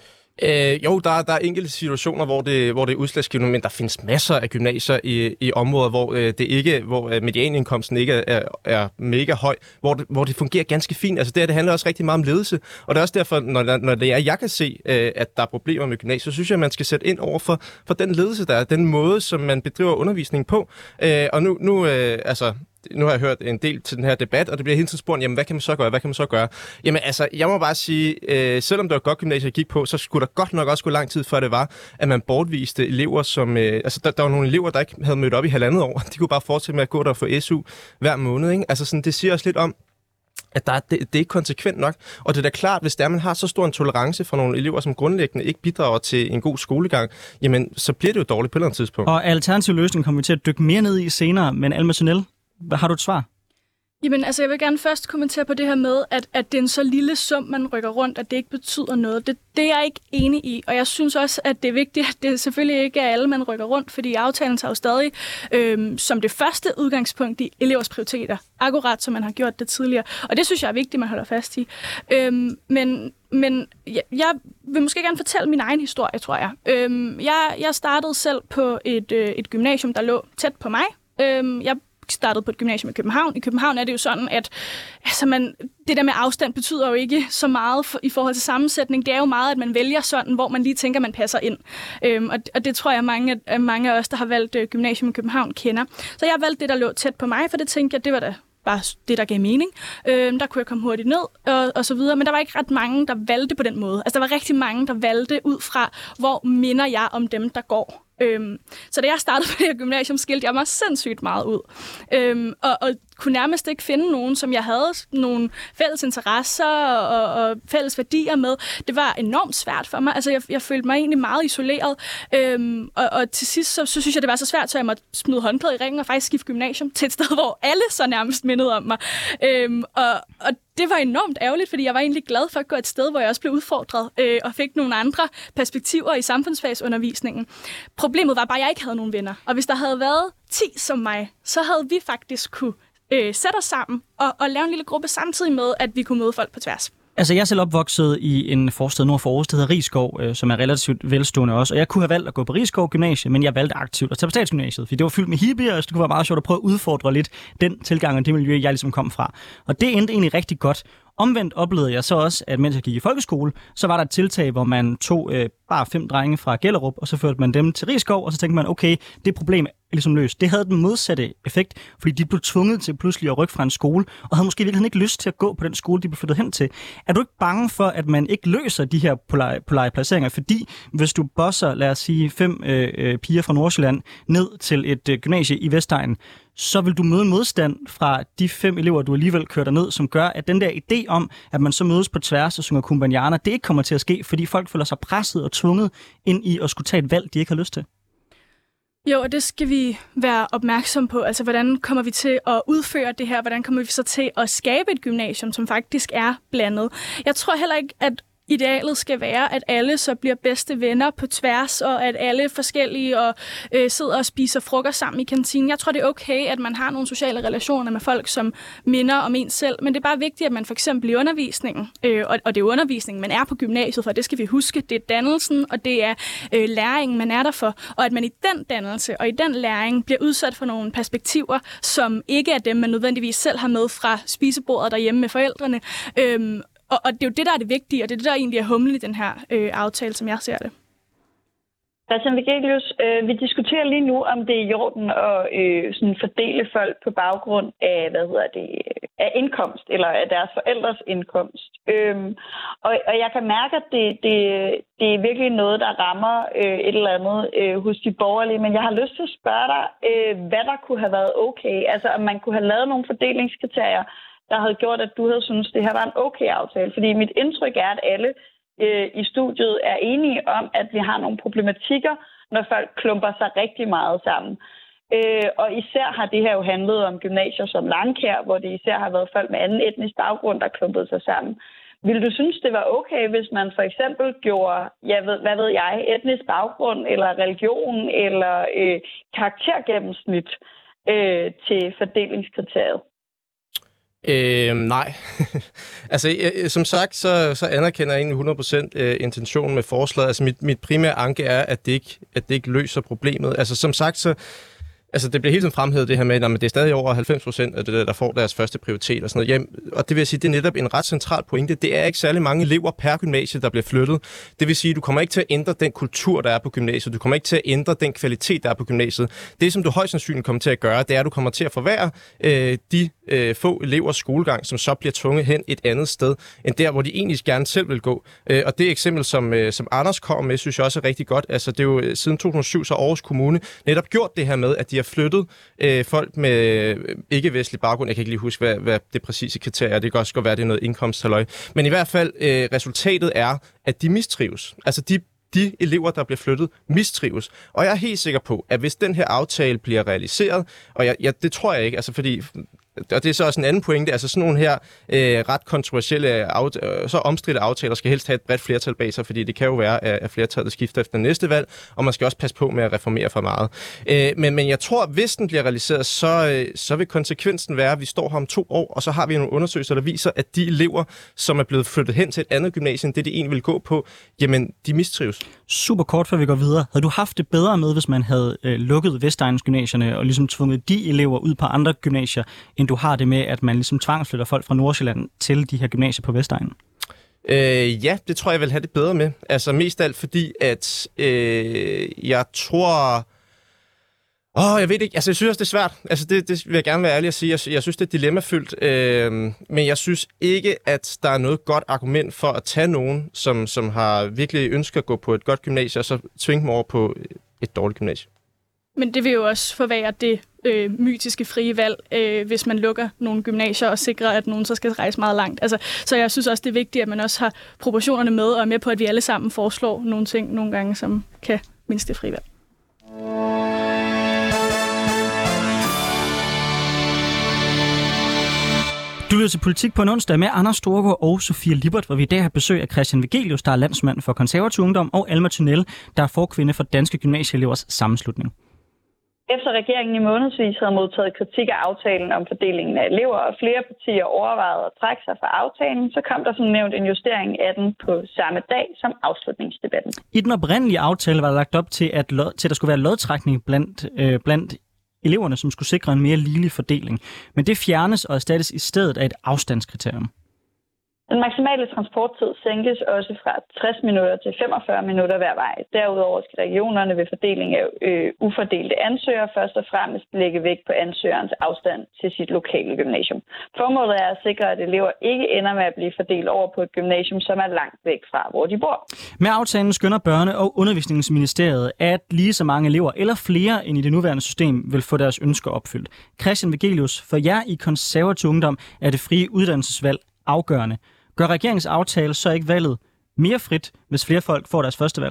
[SPEAKER 3] Øh, jo, der, der er enkelte situationer, hvor det, hvor det er udslagsgivende, men der findes masser af gymnasier i, i områder, hvor øh, det ikke, hvor øh, medianindkomsten ikke er, er mega høj, hvor det, hvor det fungerer ganske fint. Altså det her, det handler også rigtig meget om ledelse, og det er også derfor, når, når det er, jeg kan se, øh, at der er problemer med gymnasier, så synes jeg, at man skal sætte ind over for, for den ledelse, der er, den måde, som man bedriver undervisning på. Øh, og nu, nu øh, altså... Nu har jeg hørt en del til den her debat, og det bliver hele tiden spurgt, jamen hvad kan man så gøre, hvad kan man så gøre? Jamen altså, jeg må bare sige, øh, selvom det var et godt gymnasie, jeg gik på, så skulle der godt nok også gå lang tid, før det var, at man bortviste elever, som... Øh, altså, der, der var nogle elever, der ikke havde mødt op i halvandet år. De kunne bare fortsætte med at gå der og få S U hver måned, ikke? Altså sådan, det siger også lidt om, at der er, det, det er ikke konsekvent nok. Og det er da klart, hvis der man har så stor en tolerance fra nogle elever, som grundlæggende ikke bidrager til en god skolegang, jamen så bliver det jo dårligt på et eller andet tidspunkt.
[SPEAKER 1] Og alternativ løsning kommer vi til at dykke mere ned i senere, men Alma Tynell, har du et svar?
[SPEAKER 4] Jamen, altså, jeg vil gerne først kommentere på det her med, at, at det er en så lille sum, man rykker rundt, at det ikke betyder noget. Det, det er jeg ikke enig i, og jeg synes også, at det er vigtigt, at det selvfølgelig ikke er alle, man rykker rundt, fordi aftalen tager jo stadig øhm, som det første udgangspunkt i elevers prioriteter, akkurat som man har gjort det tidligere. Og det synes jeg er vigtigt, man holder fast i. Øhm, men men jeg, jeg vil måske gerne fortælle min egen historie, tror jeg. Øhm, jeg, jeg startede selv på et, øh, et gymnasium, der lå tæt på mig. Øhm, jeg startede på et gymnasium i København. I København er det jo sådan, at altså man, det der med afstand betyder jo ikke så meget for, i forhold til sammensætning. Det er jo meget, at man vælger sådan, hvor man lige tænker, man passer ind. Øhm, og, og det tror jeg, mange, at mange af os, der har valgt øh, gymnasium i København, kender. Så jeg valgte det, der lå tæt på mig, for det tænkte jeg, det var da bare det, der gav mening. Øhm, der kunne jeg komme hurtigt ned, og, og så videre. Men der var ikke ret mange, der valgte på den måde. Altså, der var rigtig mange, der valgte ud fra, hvor minder jeg om dem, der går. Øhm, så da jeg startede på det her gymnasium, skilte jeg mig sindssygt meget ud. Øhm, og, og kunne nærmest ikke finde nogen, som jeg havde nogle fælles interesser og, og fælles værdier med. Det var enormt svært for mig. Altså, jeg, jeg følte mig egentlig meget isoleret. Øhm, og, og til sidst, så, så synes jeg, det var så svært, så jeg måtte smide håndklædet i ringen og faktisk skifte gymnasium til et sted, hvor alle så nærmest mindede om mig. Øhm, og, og det var enormt ærgerligt, fordi jeg var egentlig glad for at gå et sted, hvor jeg også blev udfordret øh, og fik nogle andre perspektiver i samfundsfagsundervisningen. Problemet var bare, at jeg ikke havde nogen venner. Og hvis der havde været ti som mig, så havde vi faktisk kunne øh, sætte os sammen og, og lave en lille gruppe samtidig med, at vi kunne møde folk på tværs.
[SPEAKER 1] Altså, jeg er selv opvokset i en forstad nord for Aarhus, der hedder Risskov, øh, som er relativt velstående også. Og jeg kunne have valgt at gå på Risskov Gymnasiet, men jeg valgte aktivt at tage på Statsgymnasiet, fordi det var fyldt med hippier, og det kunne være meget sjovt at prøve at udfordre lidt den tilgang og det miljø, jeg ligesom kom fra. Og det endte egentlig rigtig godt. Omvendt oplevede jeg så også, at mens jeg gik i folkeskole, så var der et tiltag, hvor man tog øh, bare fem drenge fra Gellerup, og så førte man dem til Risskov, og så tænkte man, okay, det problem er ligesom løst. Det havde den modsatte effekt, fordi de blev tvunget til pludselig at rykke fra en skole, og havde måske virkelig ikke lyst til at gå på den skole, de blev flyttet hen til. Er du ikke bange for, at man ikke løser de her polare, polare placeringer? Fordi hvis du bosser, lad os sige, fem øh, øh, piger fra Nordsjælland ned til et øh, gymnasie i Vestegnen, så vil du møde en modstand fra de fem elever, du alligevel kører ned, som gør, at den der idé om, at man så mødes på tværs og synger kumbanyana, det ikke kommer til at ske, fordi folk føler sig presset og tvunget ind i at skulle tage et valg, de ikke har lyst til.
[SPEAKER 4] Jo, og det skal vi være opmærksom på. Altså, hvordan kommer vi til at udføre det her? Hvordan kommer vi så til at skabe et gymnasium, som faktisk er blandet? Jeg tror heller ikke, at idealet skal være, at alle så bliver bedste venner på tværs, og at alle forskellige og øh, sidder og spiser frokost sammen i kantinen. Jeg tror, det er okay, at man har nogle sociale relationer med folk, som minder om en selv, men det er bare vigtigt, at man for eksempel i undervisningen, øh, og, og det er undervisningen, man er på gymnasiet for, det skal vi huske, det er dannelsen, og det er øh, læringen, man er der for, og at man i den dannelse og i den læring bliver udsat for nogle perspektiver, som ikke er dem, man nødvendigvis selv har med fra spisebordet derhjemme med forældrene. Øh, Og, og det er jo det, der er det vigtige, og det er det, der egentlig er humlen i den her øh, aftale, som jeg ser det.
[SPEAKER 2] Christian Vigelius, øh, vi diskuterer lige nu, om det er i orden at øh, sådan fordele folk på baggrund af, hvad hedder det, af indkomst, eller af deres forældres indkomst. Øhm, og, og jeg kan mærke, at det, det, det er virkelig noget, der rammer øh, et eller andet øh, hos de borgerlige, men jeg har lyst til at spørge dig, øh, hvad der kunne have været okay. Altså, om man kunne have lavet nogle fordelingskriterier, der havde gjort, at du havde syntes, at det her var en okay aftale. Fordi mit indtryk er, at alle øh, i studiet er enige om, at vi har nogle problematikker, når folk klumper sig rigtig meget sammen. Øh, og især har det her jo handlet om gymnasier som Langkær, hvor det især har været folk med anden etnisk baggrund, der klumpede sig sammen. Vil du synes, det var okay, hvis man for eksempel gjorde, jeg ved, hvad ved jeg, etnisk baggrund, eller religion, eller øh, karaktergennemsnit øh, til fordelingskriteriet?
[SPEAKER 3] Øh, nej. altså, jeg, som sagt, så, så anerkender jeg egentlig hundrede procent øh, intentionen med forslaget. Altså, mit, mit primære anke er, at det, ikke, at det ikke løser problemet. Altså, som sagt, så... Altså, det bliver hele tiden fremhævet det her med, at det er stadig over halvfems procent af det, der får deres første prioritet og sådan noget. Jamen, og det vil jeg sige, det er netop en ret central pointe. Det er ikke særlig mange elever per gymnasie, der bliver flyttet. Det vil sige, du kommer ikke til at ændre den kultur, der er på gymnasiet. Du kommer ikke til at ændre den kvalitet, der er på gymnasiet. Det, som du højst sandsynligt kommer til at gøre, det er, at du kommer til at forværre øh, de øh, få elevers skolegang, som så bliver tvunget hen et andet sted, end der, hvor de egentlig gerne selv vil gå. Øh, og det eksempel, som, øh, som Anders kommer med, synes jeg også er rigtig godt. Altså, det er jo siden to tusind og syv, så Aarhus Kommune netop gjort det her med, at de har flyttet øh, folk med ikke-vestlig baggrund. Jeg kan ikke lige huske, hvad, hvad det præcise kriterie er. Det kan også godt være, det er noget indkomsthalløj. Men i hvert fald, øh, resultatet er, at de mistrives. Altså, de de elever, der bliver flyttet, mistrives. Og jeg er helt sikker på, at hvis den her aftale bliver realiseret, og jeg, jeg, det tror jeg ikke, altså fordi... Og det er så også en anden pointe, altså sådan nogle her øh, ret kontroversielle, aft- så omstridte aftaler skal helst have et bredt flertal bag sig, fordi det kan jo være, at flertallet skifter efter næste valg, og man skal også passe på med at reformere for meget. Øh, men, men jeg tror, at hvis den bliver realiseret, så, øh, så vil konsekvensen være, at vi står her om to år, og så har vi nogle undersøgelser, der viser, at de elever, som er blevet flyttet hen til et andet gymnasium, det de egentlig vil gå på, jamen, de mistrives.
[SPEAKER 1] Super kort, før vi går videre. Havde du haft det bedre med, hvis man havde øh, lukket Vestegnsgymnasierne og ligesom tvunget de elever ud på andre gymnasier, end du har det med, at man ligesom tvangsflytter folk fra Nordsjælland til de her gymnasier på Vestegnen?
[SPEAKER 3] Øh, ja, det tror jeg vil have det bedre med. Altså mest alt fordi, at øh, jeg tror... Åh, oh, jeg ved ikke. Altså, jeg synes også, det er svært. Altså, det, det vil jeg gerne være ærlig at sige. Jeg, jeg synes, det er dilemmafyldt. Øh, men jeg synes ikke, at der er noget godt argument for at tage nogen, som, som har virkelig ønsket at gå på et godt gymnasie, og så tvinge dem over på et dårligt gymnasie.
[SPEAKER 4] Men det vil jo også forværre det øh, mytiske frie valg, øh, hvis man lukker nogle gymnasier og sikrer, at nogen så skal rejse meget langt. Altså, så jeg synes også, det er vigtigt, at man også har proportionerne med, og er med på, at vi alle sammen foreslår nogle ting nogle gange, som kan mindske det frie valg.
[SPEAKER 1] Du lytter til Politik på en onsdag med Anders Storgård og Sofie Lippert, hvor vi i dag har besøg af Christian Vegelius, der er landsmand for Konservativ Ungdom, og Alma Tynell, der er forkvinde for Danske Gymnasieelevers Sammenslutning.
[SPEAKER 2] Efter regeringen i månedsvis havde modtaget kritik af aftalen om fordelingen af elever, og flere partier overvejede at trække sig fra aftalen, så kom der som nævnt en justering af den på samme dag som afslutningsdebatten.
[SPEAKER 1] I den oprindelige aftale var der lagt op til, at, lod, til at der skulle være lodtrækning blandt, øh, blandt eleverne, som skulle sikre en mere ligelig fordeling. Men det fjernes og erstattes i stedet af et afstandskriterium.
[SPEAKER 2] Den maksimale transporttid sænkes også fra tres minutter til femogfyrre minutter hver vej. Derudover skal regionerne ved fordeling af øh, ufordelte ansøgere først og fremmest lægge vægt på ansøgerens afstand til sit lokale gymnasium. Formålet er at sikre, at elever ikke ender med at blive fordelt over på et gymnasium, som er langt væk fra, hvor de bor.
[SPEAKER 1] Med aftalen skønner Børne- og Undervisningsministeriet, at lige så mange elever eller flere end i det nuværende system vil få deres ønsker opfyldt. Christian Vegelius, for jer i Konservativ Ungdom er det frie uddannelsesvalg afgørende. Gør regeringens aftale så ikke valget mere frit, hvis flere folk får deres første valg?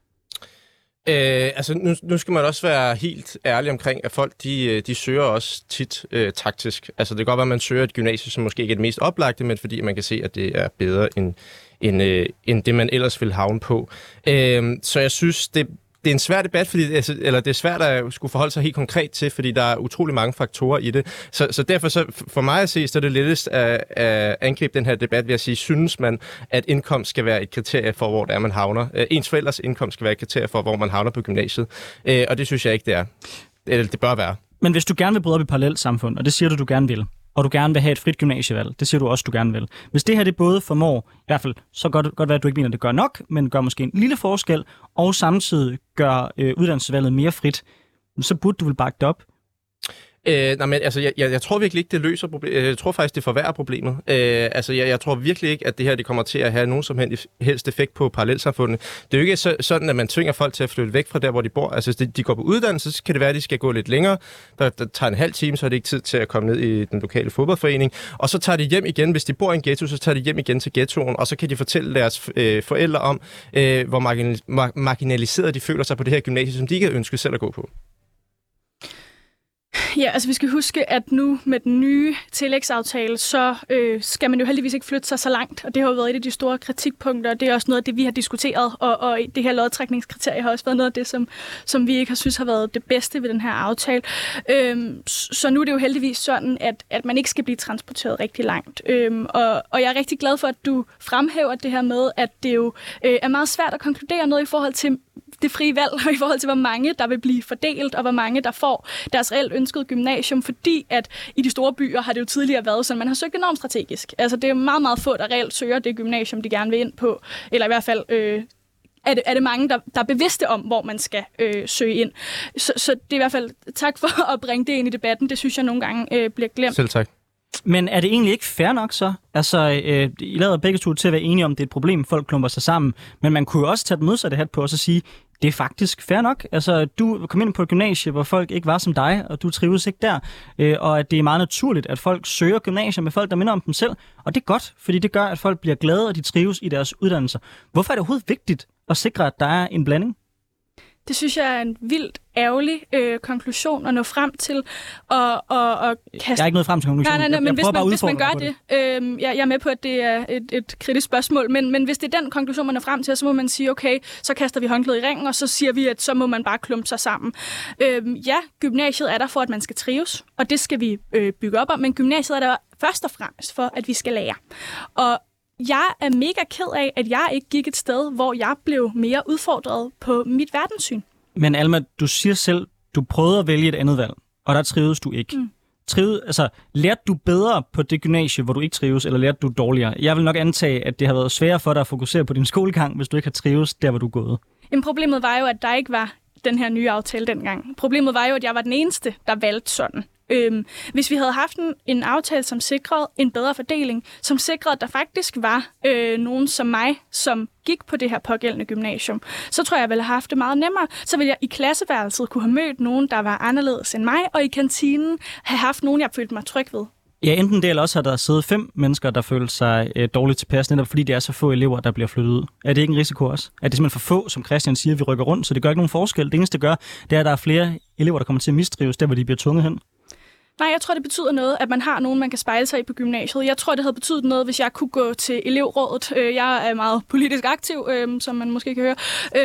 [SPEAKER 3] Øh, altså nu, nu skal man også være helt ærlig omkring, at folk de, de søger også tit øh, taktisk. Altså det kan godt være, at man søger et gymnasie, som måske ikke er det mest oplagte, men fordi man kan se, at det er bedre end, end, øh, end det, man ellers vil havne på. Øh, så jeg synes, det Det er en svær debat, fordi, altså, eller det er svært at skulle forholde sig helt konkret til, fordi der er utrolig mange faktorer i det. Så, så derfor, så for mig at se, så er det lettest at, at angribe den her debat ved at sige, synes man, at indkomst skal være et kriterie for, hvor det er, man havner. Ens forældres indkomst skal være et kriterie for, hvor man havner på gymnasiet. Og det synes jeg ikke, det er. Eller det bør være.
[SPEAKER 1] Men hvis du gerne vil bryde op i parallelt samfund, og det siger du, du gerne vil, og du gerne vil have et frit gymnasievalg, det siger du også, du gerne vil. Hvis det her det både formår, i hvert fald så godt, godt være, at du ikke mener, at det gør nok, men gør måske en lille forskel, og samtidig gør øh, uddannelsesvalget mere frit, så burde du vel bakke det op.
[SPEAKER 3] Øh, nej, men altså, jeg, jeg, jeg tror virkelig ikke, det løser problemet. Jeg tror faktisk, det forværrer problemet. Øh, altså, jeg, jeg tror virkelig ikke, at det her det kommer til at have nogen som helst effekt på parallelsamfundet. Det er jo ikke så, sådan, at man tvinger folk til at flytte væk fra der, hvor de bor. Altså, hvis de, de går på uddannelse, så kan det være, at de skal gå lidt længere. Der, der tager en halv time, så er det ikke tid til at komme ned i den lokale fodboldforening. Og så tager de hjem igen. Hvis de bor i en ghetto, så tager de hjem igen til ghettoen, og så kan de fortælle deres øh, forældre om, øh, hvor margin- marginaliseret de føler sig på det her gymnasie, som de ikke har ønsket selv at gå på.
[SPEAKER 4] Ja, altså vi skal huske, at nu med den nye tillægsaftale, så øh, skal man jo heldigvis ikke flytte sig så langt, og det har jo været et af de store kritikpunkter, og det er også noget af det, vi har diskuteret, og, og det her lodtrækningskriterie har også været noget af det, som, som vi ikke har synes har været det bedste ved den her aftale. Øhm, så nu er det jo heldigvis sådan, at, at man ikke skal blive transporteret rigtig langt. Øhm, og, og jeg er rigtig glad for, at du fremhæver det her med, at det jo øh, er meget svært at konkludere noget i forhold til det frie valg, og i forhold til, hvor mange der vil blive fordelt, og hvor mange der får deres reelt ønskede gymnasium, fordi at i de store byer har det jo tidligere været sådan, man har søgt enormt strategisk. Altså det er meget, meget få, der reelt søger det gymnasium, de gerne vil ind på, eller i hvert fald øh, er, det, er det mange, der, der er bevidste om, hvor man skal øh, søge ind. Så, så det er i hvert fald tak for at bringe det ind i debatten. Det synes jeg nogle gange øh, bliver glemt.
[SPEAKER 3] Selv tak.
[SPEAKER 1] Men er det egentlig ikke fair nok så? Altså, øh, I lader begge to til at være enige om, det er et problem, folk klumper sig sammen. Men man kunne jo også tage den modsatte hat på og så sige, det er faktisk fair nok. Altså, du kom ind på et gymnasie, hvor folk ikke var som dig, og du trives ikke der. Øh, og at det er meget naturligt, at folk søger gymnasier med folk, der minder om dem selv. Og det er godt, fordi det gør, at folk bliver glade, og de trives i deres uddannelser. Hvorfor er det overhovedet vigtigt at sikre, at der er en blanding?
[SPEAKER 4] Det synes jeg er en vildt ærgerlig øh, konklusion at nå frem til. Og, og, og kaste...
[SPEAKER 1] Jeg er ikke nået frem til konklusionen.
[SPEAKER 4] Nej, nej, nej, men
[SPEAKER 1] jeg, jeg
[SPEAKER 4] hvis, man, hvis man gør
[SPEAKER 1] det,
[SPEAKER 4] det, øh, jeg, jeg er med på, at det er et, et kritisk spørgsmål, men, men hvis det er den konklusion, man når frem til, så må man sige, okay, så kaster vi håndklædet i ringen, og så siger vi, at så må man bare klumpe sig sammen. Øh, ja, gymnasiet er der for, at man skal trives, og det skal vi øh, bygge op om, men gymnasiet er der først og fremmest for, at vi skal lære. Og jeg er mega ked af, at jeg ikke gik et sted, hvor jeg blev mere udfordret på mit verdenssyn.
[SPEAKER 1] Men Alma, du siger selv, du prøvede at vælge et andet valg, og der trives du ikke. Mm. Trives, altså, lærte du bedre på det gymnasie, hvor du ikke trives, eller lærte du dårligere? Jeg vil nok antage, at det har været sværere for dig at fokusere på din skolegang, hvis du ikke har trives der, hvor du er gået.
[SPEAKER 4] Jamen, problemet var jo, at der ikke var den her nye aftale dengang. Problemet var jo, at jeg var den eneste, der valgte sådan. Øhm, hvis vi havde haft en, en aftale, som sikrede en bedre fordeling, som sikrede, at der faktisk var øh, nogen som mig, som gik på det her pågældende gymnasium, så tror jeg, jeg ville have haft det meget nemmere. Så ville jeg i klasseværelset kunne have mødt nogen, der var anderledes end mig, og i kantinen have haft nogen, jeg følte mig tryg ved.
[SPEAKER 1] Ja, enten det, eller også har der siddet fem mennesker, der føler sig øh, dårligt tilpas, netop fordi det er så få elever, der bliver flyttet ud. Er det ikke en risiko også? Er det simpelthen for få, som Christian siger, vi rykker rundt, så det gør ikke nogen forskel? Det eneste, det gør, det er, at der er flere elever, der kommer til at mistrives, der hvor de bliver tvunget hen.
[SPEAKER 4] Nej, jeg tror, det betyder noget, at man har nogen, man kan spejle sig i på gymnasiet. Jeg tror, det havde betydet noget, hvis jeg kunne gå til elevrådet. Jeg er meget politisk aktiv, som man måske kan høre,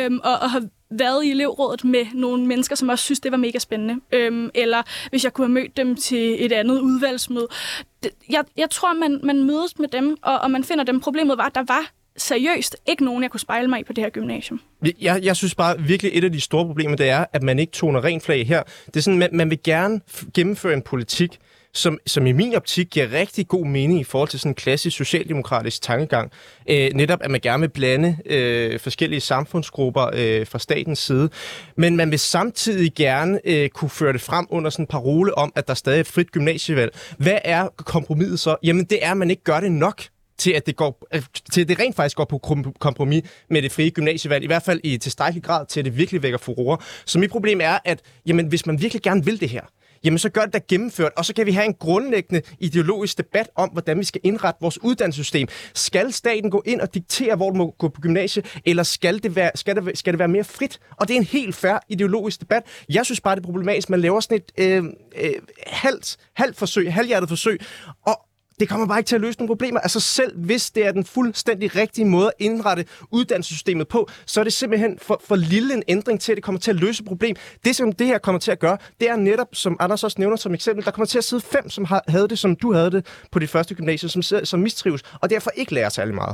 [SPEAKER 4] og har været i elevrådet med nogle mennesker, som også synes, det var mega spændende. Eller hvis jeg kunne have mødt dem til et andet udvalgsmøde. Jeg, jeg tror, man, man mødes med dem, og, og man finder dem. Problemet var, at der var seriøst ikke nogen, jeg kunne spejle mig i på det her gymnasium.
[SPEAKER 3] Jeg, jeg synes bare virkelig, et af de store problemer, det er, at man ikke toner rent flag her. Det er sådan, man, man vil gerne gennemføre en politik, som, som i min optik giver rigtig god mening i forhold til sådan en klassisk socialdemokratisk tankegang. Øh, netop, at man gerne vil blande øh, forskellige samfundsgrupper øh, fra statens side. Men man vil samtidig gerne øh, kunne føre det frem under sådan en parole om, at der stadig er et frit gymnasievalg. Hvad er kompromiset så? Jamen, det er, at man ikke gør det nok til at det går til at det rent faktisk går på kompromis med det frie gymnasievalg, i hvert fald i tilstrækkelig grad til at det virkelig vækker furore. Så mit problem er, at jamen, hvis man virkelig gerne vil det her, jamen så gør det da gennemført, og så kan vi have en grundlæggende ideologisk debat om, hvordan vi skal indrette vores uddannelsessystem. Skal staten gå ind og diktere, hvor du må gå på gymnasie, eller skal det være, skal det, skal det være mere frit? Og det er en helt fair ideologisk debat. Jeg synes bare, det er problematisk, man laver sådan et øh, øh, halvt, halvt forsøg, halvhjertet forsøg, og det kommer bare ikke til at løse nogle problemer. Altså selv hvis det er den fuldstændig rigtige måde at indrette uddannelsessystemet på, så er det simpelthen for, for lille en ændring til, at det kommer til at løse et problem. Det, som det her kommer til at gøre, det er netop, som Anders også nævner som eksempel, der kommer til at sidde fem, som har, havde det, som du havde det på dit første gymnasie, som, som mistrives, og derfor ikke lærer særlig meget.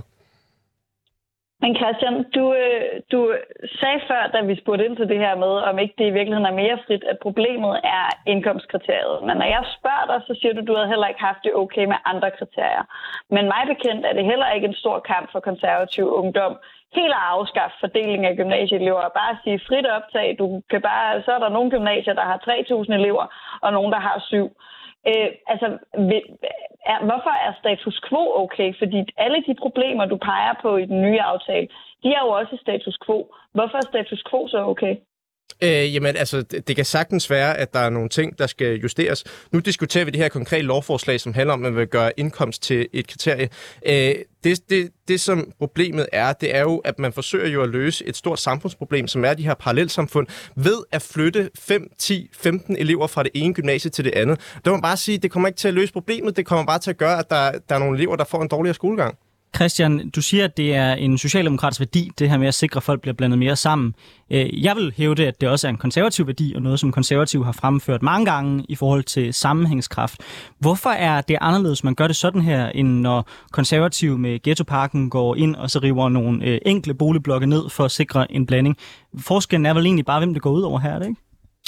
[SPEAKER 2] Men Christian, du, du sagde før, da vi spurgte ind til det her med, om ikke det i virkeligheden er mere frit, at problemet er indkomstkriteriet. Men når jeg spørger dig, så siger du, at du havde heller ikke haft det okay med andre kriterier. Men mig bekendt er det heller ikke en stor kamp for konservativ ungdom helt at afskaffe fordeling af gymnasieelever og bare sige frit optag. Du kan bare, så er der nogle gymnasier, der har tre tusind elever, og nogle, der har syv. Øh, altså, er, hvorfor er status quo okay? Fordi alle de problemer, du peger på i den nye aftale, de er jo også status quo. Hvorfor er status quo så okay?
[SPEAKER 3] Øh, jamen, altså, det, det kan sagtens være, at der er nogle ting, der skal justeres. Nu diskuterer vi det her konkrete lovforslag, som handler om, at man vil gøre indkomst til et kriterie. Øh, det, det, det, som problemet er, det er jo, at man forsøger jo at løse et stort samfundsproblem, som er de her parallelsamfund, ved at flytte fem, ti, femten elever fra det ene gymnasie til det andet. Der må man bare sige, at det kommer ikke til at løse problemet. Det kommer bare til at gøre, at der, der er nogle elever, der får en dårligere skolegang.
[SPEAKER 1] Christian, du siger, at det er en socialdemokratisk værdi, det her med at sikre, at folk bliver blandet mere sammen. Jeg vil hævde, at det også er en konservativ værdi, og noget, som konservative har fremført mange gange i forhold til sammenhængskraft. Hvorfor er det anderledes, man gør det sådan her, end når konservative med Ghettoparken går ind og så river nogle enkle boligblokke ned for at sikre en blanding? Forskellen er vel egentlig bare, hvem det går ud over her, er det ikke?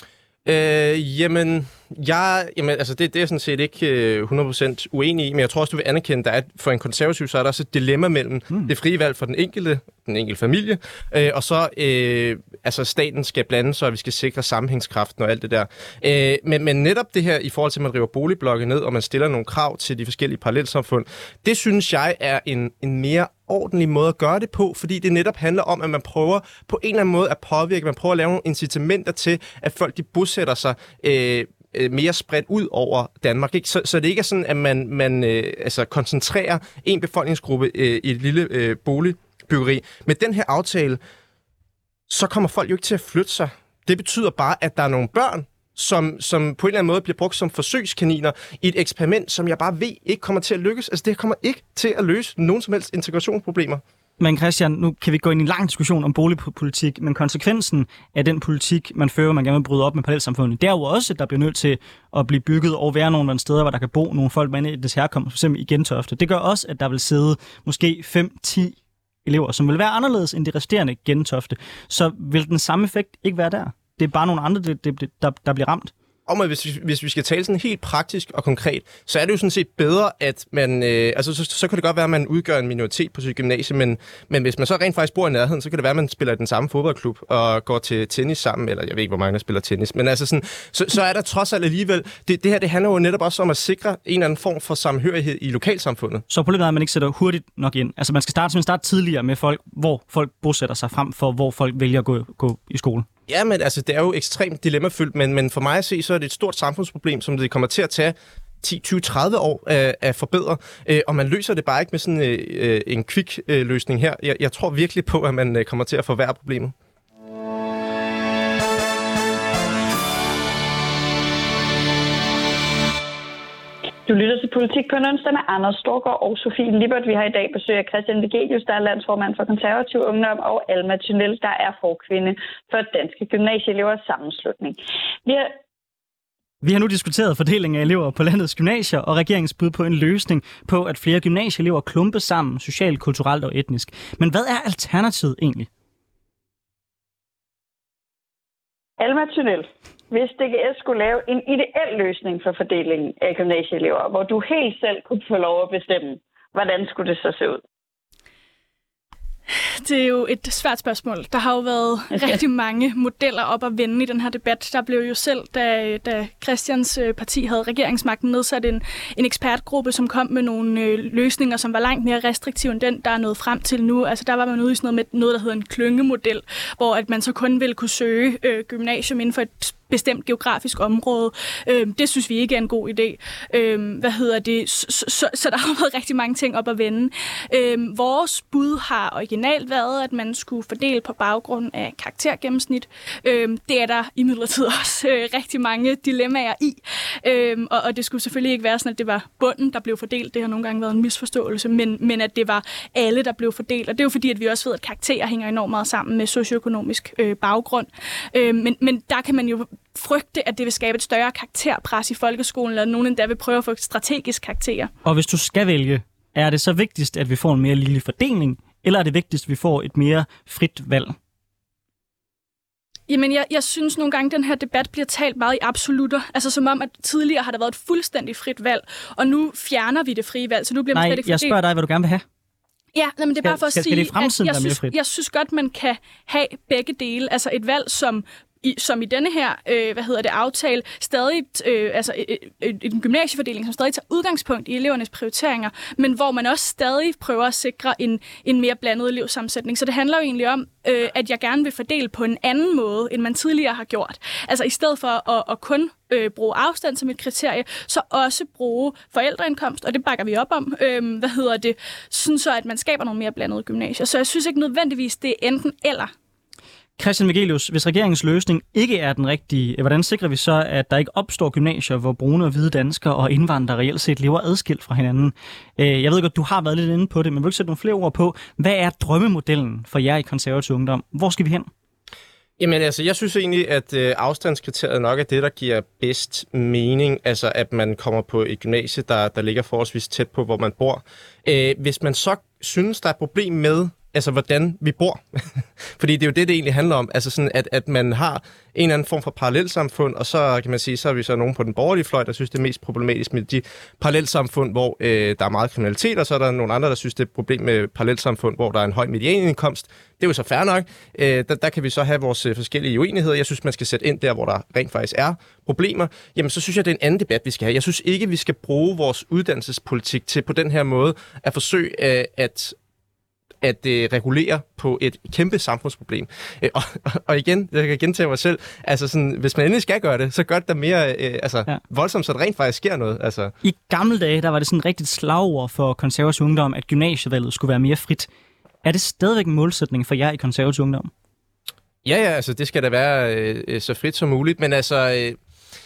[SPEAKER 3] Øh, jamen, jeg, jamen altså det, det er jeg sådan set ikke øh, hundrede procent uenig i, men jeg tror også, du vil anerkende, at for en konservativ, så er der også et dilemma mellem hmm. det frie valg for den enkelte, den enkelte familie, øh, og så øh, altså staten skal blande sig, og vi skal sikre sammenhængskraften og alt det der. Øh, men, men netop det her i forhold til, at man river boligblokke ned, og man stiller nogle krav til de forskellige parallelsamfund, det synes jeg er en, en mere ordentlig måde at gøre det på, fordi det netop handler om, at man prøver på en eller anden måde at påvirke, man prøver at lave nogle incitamenter til, at folk de bosætter sig øh, mere spredt ud over Danmark. Ikke? Så, så det ikke er sådan, at man, man øh, altså koncentrerer en befolkningsgruppe øh, i et lille øh, boligbyggeri. Med den her aftale, så kommer folk jo ikke til at flytte sig. Det betyder bare, at der er nogle børn, som, som på en eller anden måde bliver brugt som forsøgskaniner i et eksperiment, som jeg bare ved ikke kommer til at lykkes. Altså det kommer ikke til at løse nogen som helst integrationsproblemer. Men
[SPEAKER 1] Christian, nu kan vi gå ind i en lang diskussion om boligpolitik, men konsekvensen af den politik, man fører, man gerne vil bryde op med parallelsamfundet, det er jo også, at der bliver nødt til at blive bygget og være nogle steder, hvor der kan bo nogle folk med et herkomst, f.eks. i Gentofte. Det gør også, at der vil sidde måske fem til ti elever, som vil være anderledes end de resterende Gentofte. Så vil den samme effekt ikke være der? Det er bare nogle andre, det, det, der, der bliver ramt.
[SPEAKER 3] om, at hvis, hvis vi skal tale sådan helt praktisk og konkret, så er det jo sådan set bedre, at man... Øh, altså, så, så kan det godt være, at man udgør en minoritet på sit gymnasie, men, men hvis man så rent faktisk bor i nærheden, så kan det være, at man spiller i den samme fodboldklub og går til tennis sammen, eller jeg ved ikke, hvor mange der spiller tennis, men altså sådan, så, så er der trods alt alligevel... Det, det her, det handler jo netop også om at sikre en eller anden form for samhørighed i lokalsamfundet.
[SPEAKER 1] Så problemet er, at man ikke sætter hurtigt nok ind. Altså, man skal starte, starte tidligere med folk, hvor folk bosætter sig frem for, hvor folk vælger at gå, gå i skole.
[SPEAKER 3] Ja, men altså, det er jo ekstremt dilemmafyldt, men, men for mig at se, så er det et stort samfundsproblem, som det kommer til at tage ti, tyve, tredive år at, at forbedre, øh, og man løser det bare ikke med sådan øh, en quick øh, løsning her. Jeg, jeg tror virkelig på, at man øh, kommer til at forværre problemet.
[SPEAKER 2] Du lytter til Politik på en onsdag med Anders Storgård og Sofie Lippert. Vi har i dag besøg af Christian Vegelius, der er landsformand for Konservativ Ungdom, og Alma Tynell, der er forkvinde for Danske Gymnasieelevers Sammenslutning. Vi har
[SPEAKER 1] Vi har nu diskuteret fordeling af elever på landets gymnasier og regeringens bud på en løsning på, at flere gymnasieelever klumpes sammen socialt, kulturelt og etnisk. Men hvad er alternativet egentlig?
[SPEAKER 2] Alma Tynell, hvis D G S skulle lave en ideel løsning for fordelingen af gymnasieelever, hvor du helt selv kunne få lov at bestemme, hvordan skulle det så se ud?
[SPEAKER 4] Det er jo et svært spørgsmål. Der har jo været okay. rigtig mange modeller op at vende i den her debat. Der blev jo selv, da, da Christians parti havde regeringsmagten, nedsat en, en ekspertgruppe, som kom med nogle øh, løsninger, som var langt mere restriktive end den, der er nået frem til nu. Altså der var man ude i sådan noget med noget, der hedder en klyngemodel, hvor at man så kun ville kunne søge øh, gymnasium inden for et bestemt geografisk område. Øh, det synes vi ikke er en god idé. Øh, hvad hedder det? Så, så, så der har været rigtig mange ting op at vende. Øh, vores bud har originalt været, at man skulle fordele på baggrund af karaktergennemsnit. Øh, det er der imidlertid også øh, rigtig mange dilemmaer i. Øh, og, og det skulle selvfølgelig ikke være sådan, at det var bunden, der blev fordelt. Det har nogle gange været en misforståelse, men, men at det var alle, der blev fordelt. Og det er jo fordi, at vi også ved, at karakterer hænger enormt meget sammen med socioøkonomisk øh, baggrund. Øh, men, men der kan man jo frygte, at det vil skabe et større karakterpres i folkeskolen, eller nogen endda vil prøve at få strategisk karakterer.
[SPEAKER 1] Og hvis du skal vælge, er det så vigtigst, at vi får en mere ligelig fordeling, eller er det vigtigst, at vi får et mere frit valg?
[SPEAKER 4] Jamen, jeg, jeg synes nogle gange, at den her debat bliver talt meget i absolutter. Altså som om, at tidligere har der været et fuldstændig frit valg, og nu fjerner vi det frie valg, så nu bliver man
[SPEAKER 1] Nej,
[SPEAKER 4] slet ikke
[SPEAKER 1] jeg spørger dig, hvad du gerne vil have.
[SPEAKER 4] Ja, men det er bare for
[SPEAKER 1] skal,
[SPEAKER 4] at sige,
[SPEAKER 1] skal det
[SPEAKER 4] at jeg synes, jeg synes godt, man kan have begge dele. Altså et valg, som I, som i denne her, øh, hvad hedder det, aftale, stadig, øh, altså øh, en gymnasiefordeling, som stadig tager udgangspunkt i elevernes prioriteringer, men hvor man også stadig prøver at sikre en, en mere blandet elevsammensætning. Så det handler jo egentlig om, øh, at jeg gerne vil fordele på en anden måde, end man tidligere har gjort. Altså i stedet for at, at kun øh, bruge afstand som et kriterie, så også bruge forældreindkomst, og det bakker vi op om, øh, hvad hedder det, sådan så, at man skaber nogle mere blandede gymnasier. Så jeg synes ikke nødvendigvis, det er enten eller.
[SPEAKER 1] Christian Vegelius, hvis regeringens løsning ikke er den rigtige, hvordan sikrer vi så, at der ikke opstår gymnasier, hvor brune og hvide danskere og indvandrere reelt set lever adskilt fra hinanden? Jeg ved godt, du har været lidt inde på det, men vil du ikke sætte nogle flere ord på? Hvad er drømmemodellen for jer i Konservativ Ungdom? Hvor skal vi hen?
[SPEAKER 3] Jamen altså, jeg synes egentlig, at øh, afstandskriteriet nok er det, der giver bedst mening. Altså, at man kommer på et gymnasie, der, der ligger forholdsvis tæt på, hvor man bor. Øh, hvis man så synes, der er et problem med, altså hvordan vi bor. Fordi det er jo det, det egentlig handler om. Altså sådan, at, at man har en eller anden form for parallelsamfund, og så kan man sige, så er vi så nogen på den borgerlige fløj, der synes, det er mest problematisk med de parallelsamfund, hvor øh, der er meget kriminalitet, og så er der nogle andre, der synes, det er et problem med parallelsamfund, hvor der er en høj medianindkomst. Det er jo så fair nok. Øh, der, der kan vi så have vores øh, forskellige uenigheder. Jeg synes, man skal sætte ind der, hvor der rent faktisk er problemer. Jamen, så synes jeg, det er en anden debat, vi skal have. Jeg synes ikke, vi skal bruge vores uddannelsespolitik til på den her måde at forsøge øh, at at øh, regulere på et kæmpe samfundsproblem. Øh, og, og igen, jeg kan gentage mig selv, altså sådan, hvis man endelig skal gøre det, så gør det da mere øh, altså, ja. voldsomt, så der rent faktisk sker noget. Altså.
[SPEAKER 1] I gamle dage, der var det sådan et rigtigt slagord for Konservativ Ungdom, at gymnasievalget skulle være mere frit. Er det stadigvæk en målsætning for jer i Konservativ Ungdom?
[SPEAKER 3] Ja, ja, altså det skal da være øh, så frit som muligt, men altså... Øh,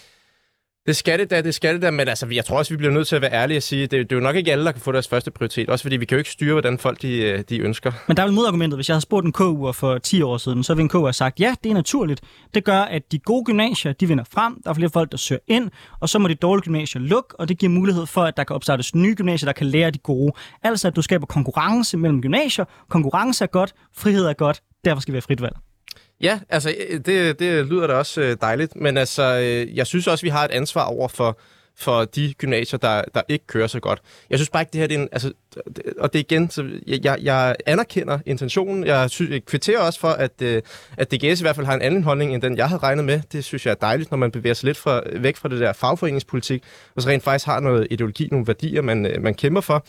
[SPEAKER 3] Det skal det da, det skal det da, men altså, jeg tror også, vi bliver nødt til at være ærlige og sige, det, det er jo nok ikke alle, der kan få deres første prioritet, også fordi vi kan jo ikke styre, hvordan folk de, de ønsker. Men
[SPEAKER 1] der er vel modargumentet, hvis jeg havde spurgt en K U'er for ti år siden, så ville en K U'er have sagt, ja, det er naturligt. Det gør, at de gode gymnasier, de vinder frem, der er flere folk, der søger ind, og så må de dårlige gymnasier lukke, og det giver mulighed for, at der kan opstartes nye gymnasier, der kan lære de gode. Altså, at du skaber konkurrence mellem gymnasier. Konkurrence er godt, frihed er godt, derfor skal vi have frit valg.
[SPEAKER 3] Ja, altså det, det lyder da også dejligt, men altså jeg synes også, vi har et ansvar over for for de gymnasier, der, der ikke kører så godt. Jeg synes bare ikke, det her det er en... Altså, og det igen, så jeg, jeg anerkender intentionen. Jeg, synes, jeg kvitterer også for, at, at D G S i hvert fald har en anden holdning, end den, jeg havde regnet med. Det synes jeg er dejligt, når man bevæger sig lidt fra, væk fra det der fagforeningspolitik, og så rent faktisk har noget ideologi, nogle værdier, man, man kæmper for.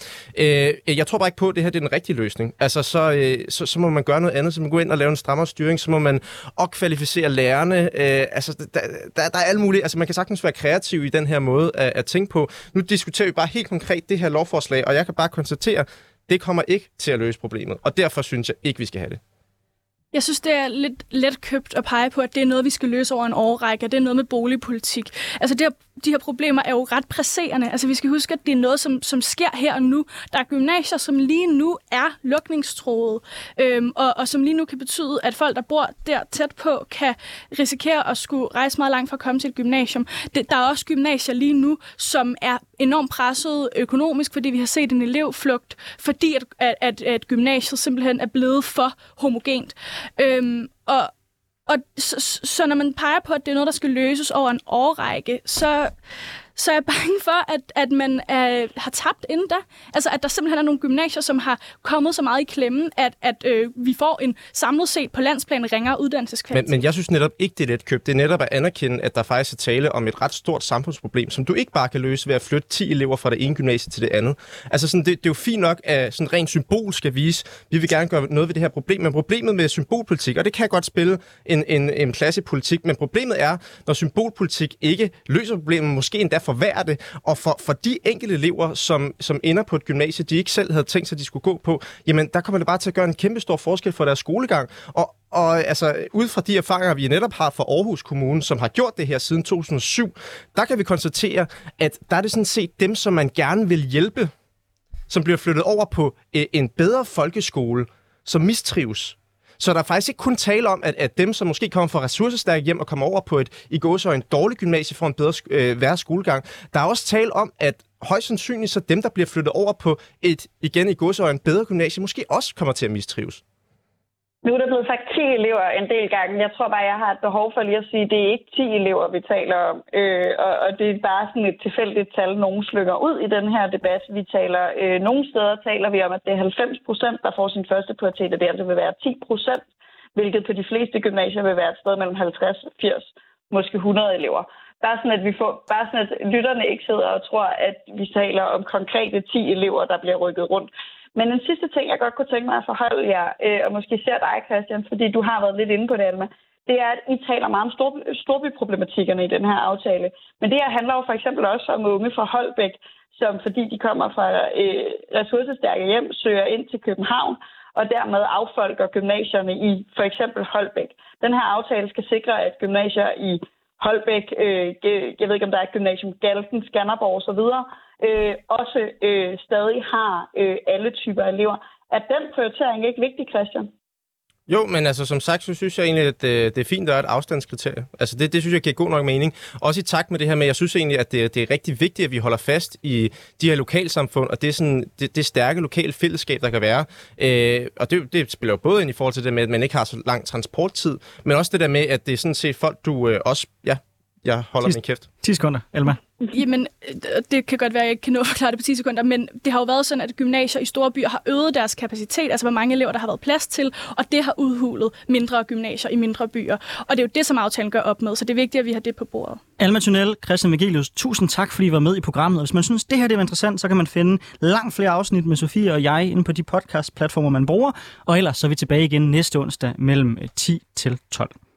[SPEAKER 3] Jeg tror bare ikke på, at det her det er den rigtige løsning. Altså, så, så, så må man gøre noget andet, så man går ind og lave en strammere styring, så må man opkvalificere lærerne. Altså, der, der, der er alt muligt. Altså, man kan sagtens være kreativ i den her måde at, at tænke på. Nu diskuterer vi bare helt konkret det her lovforslag, og jeg kan bare konstatere, det kommer ikke til at løse problemet, og derfor synes jeg ikke, vi skal have det.
[SPEAKER 4] Jeg synes, det er lidt let købt at pege på, at det er noget, vi skal løse over en årrække, og det er noget med boligpolitik. Altså, det her, de her problemer er jo ret presserende. Altså, vi skal huske, at det er noget, som, som sker her og nu. Der er gymnasier, som lige nu er lukningstroede, øhm, og, og som lige nu kan betyde, at folk, der bor der tæt på, kan risikere at skulle rejse meget langt for at komme til et gymnasium. Det, der er også gymnasier lige nu, som er enormt presset økonomisk, fordi vi har set en elevflugt, fordi at, at, at, at gymnasiet simpelthen er blevet for homogent. Øhm, og og så, så når man peger på, at det er noget, der skal løses over en årrække, så, så er jeg bange for, at, at man er, har tabt inden da. Altså, at der simpelthen er nogle gymnasier, som har kommet så meget i klemmen, at, at øh, vi får en samlet set på landsplan ringere uddannelseskvalitet.
[SPEAKER 3] Men, men jeg synes netop ikke, det er let købt. Det er netop at anerkende, at der faktisk er tale om et ret stort samfundsproblem, som du ikke bare kan løse ved at flytte ti elever fra det ene gymnasie til det andet. Altså, sådan, det, det er jo fint nok, at sådan rent symbol skal vise, vi vil gerne gøre noget ved det her problem, men problemet med symbolpolitik, og det kan godt spille en, en, en plads i politik, men problemet er, når symbolpolitik ikke løser problemet, måske endda forværre det, og for, for de enkelte elever, som, som ender på et gymnasie, de ikke selv havde tænkt sig, at de skulle gå på, jamen der kommer det bare til at gøre en kæmpe stor forskel for deres skolegang. Og, og altså, ud fra de erfaringer, vi netop har fra Aarhus Kommune, som har gjort det her siden to tusind og syv, der kan vi konstatere, at der er det sådan set dem, som man gerne vil hjælpe, som bliver flyttet over på øh, en bedre folkeskole, som mistrives. Så der er faktisk ikke kun tale om, at, at dem, som måske kommer fra ressourcestærke hjem og kommer over på et i gåseøjne dårligt gymnasie, får en bedre øh, værre skolegang. Der er også tale om, at højst sandsynligt så dem, der bliver flyttet over på et igen i gåseøjne bedre gymnasie, måske også kommer til at mistrives.
[SPEAKER 2] Nu er der blevet sagt ti elever en del gange. Jeg tror bare, jeg har et behov for lige at sige, at det er ikke ti elever, vi taler om. Øh, og, og det er bare sådan et tilfældigt tal, nogen slynger ud i den her debat. Vi taler, øh, nogle steder taler vi om, at det er halvfems procent, der får sin første prioritet, og det altså vil være ti procent, hvilket på de fleste gymnasier vil være et sted mellem halvtreds, firs, måske hundrede elever. Bare sådan, at vi får, bare sådan, at lytterne ikke sidder og tror, at vi taler om konkrete ti elever, der bliver rykket rundt. Men en sidste ting, jeg godt kunne tænke mig at forholde jer, øh, og måske ser dig, Christian, fordi du har været lidt inde på det, Alma, det er, at I taler meget om storby, storbyproblematikkerne i den her aftale. Men det her handler jo for eksempel også om unge fra Holbæk, som fordi de kommer fra øh, ressourcestærke hjem, søger ind til København, og dermed affolker gymnasierne i for eksempel Holbæk. Den her aftale skal sikre, at gymnasier i Holbæk, øh, jeg ved ikke, om der er et gymnasium, Galten, Skanderborg osv., øh, også øh, stadig har øh, alle typer elever. Er den prioritering ikke vigtig, Christian?
[SPEAKER 3] Jo, men altså som sagt, så synes jeg egentlig, at det, det er fint, at der er et afstandskriterie. Altså det, det synes jeg giver god nok mening. Også i takt med det her med, jeg synes egentlig, at det, det er rigtig vigtigt, at vi holder fast i de her lokalsamfund, og det er sådan det, det stærke lokale fællesskab, der kan være. Øh, og det, det spiller jo både ind i forhold til det med, at man ikke har så lang transporttid, men også det der med, at det er sådan set folk, du øh, også... Ja, jeg holder min kæft.
[SPEAKER 1] ti sekunder, Alma.
[SPEAKER 4] Jamen, det kan godt være, at jeg ikke kan nå at forklare det på ti sekunder, men det har jo været sådan, at gymnasier i store byer har øget deres kapacitet, altså hvor mange elever, der har været plads til, og det har udhulet mindre gymnasier i mindre byer. Og det er jo det, som aftalen gør op med, så det er vigtigt, at vi har det på bordet.
[SPEAKER 1] Alma Thunell, Christian Vigelius, tusind tak, fordi I var med i programmet. Og hvis man synes, det her det er interessant, så kan man finde langt flere afsnit med Sofie og jeg inde på de podcast-platformer, man bruger. Og ellers så er vi tilbage igen næste onsdag mellem ti til tolv.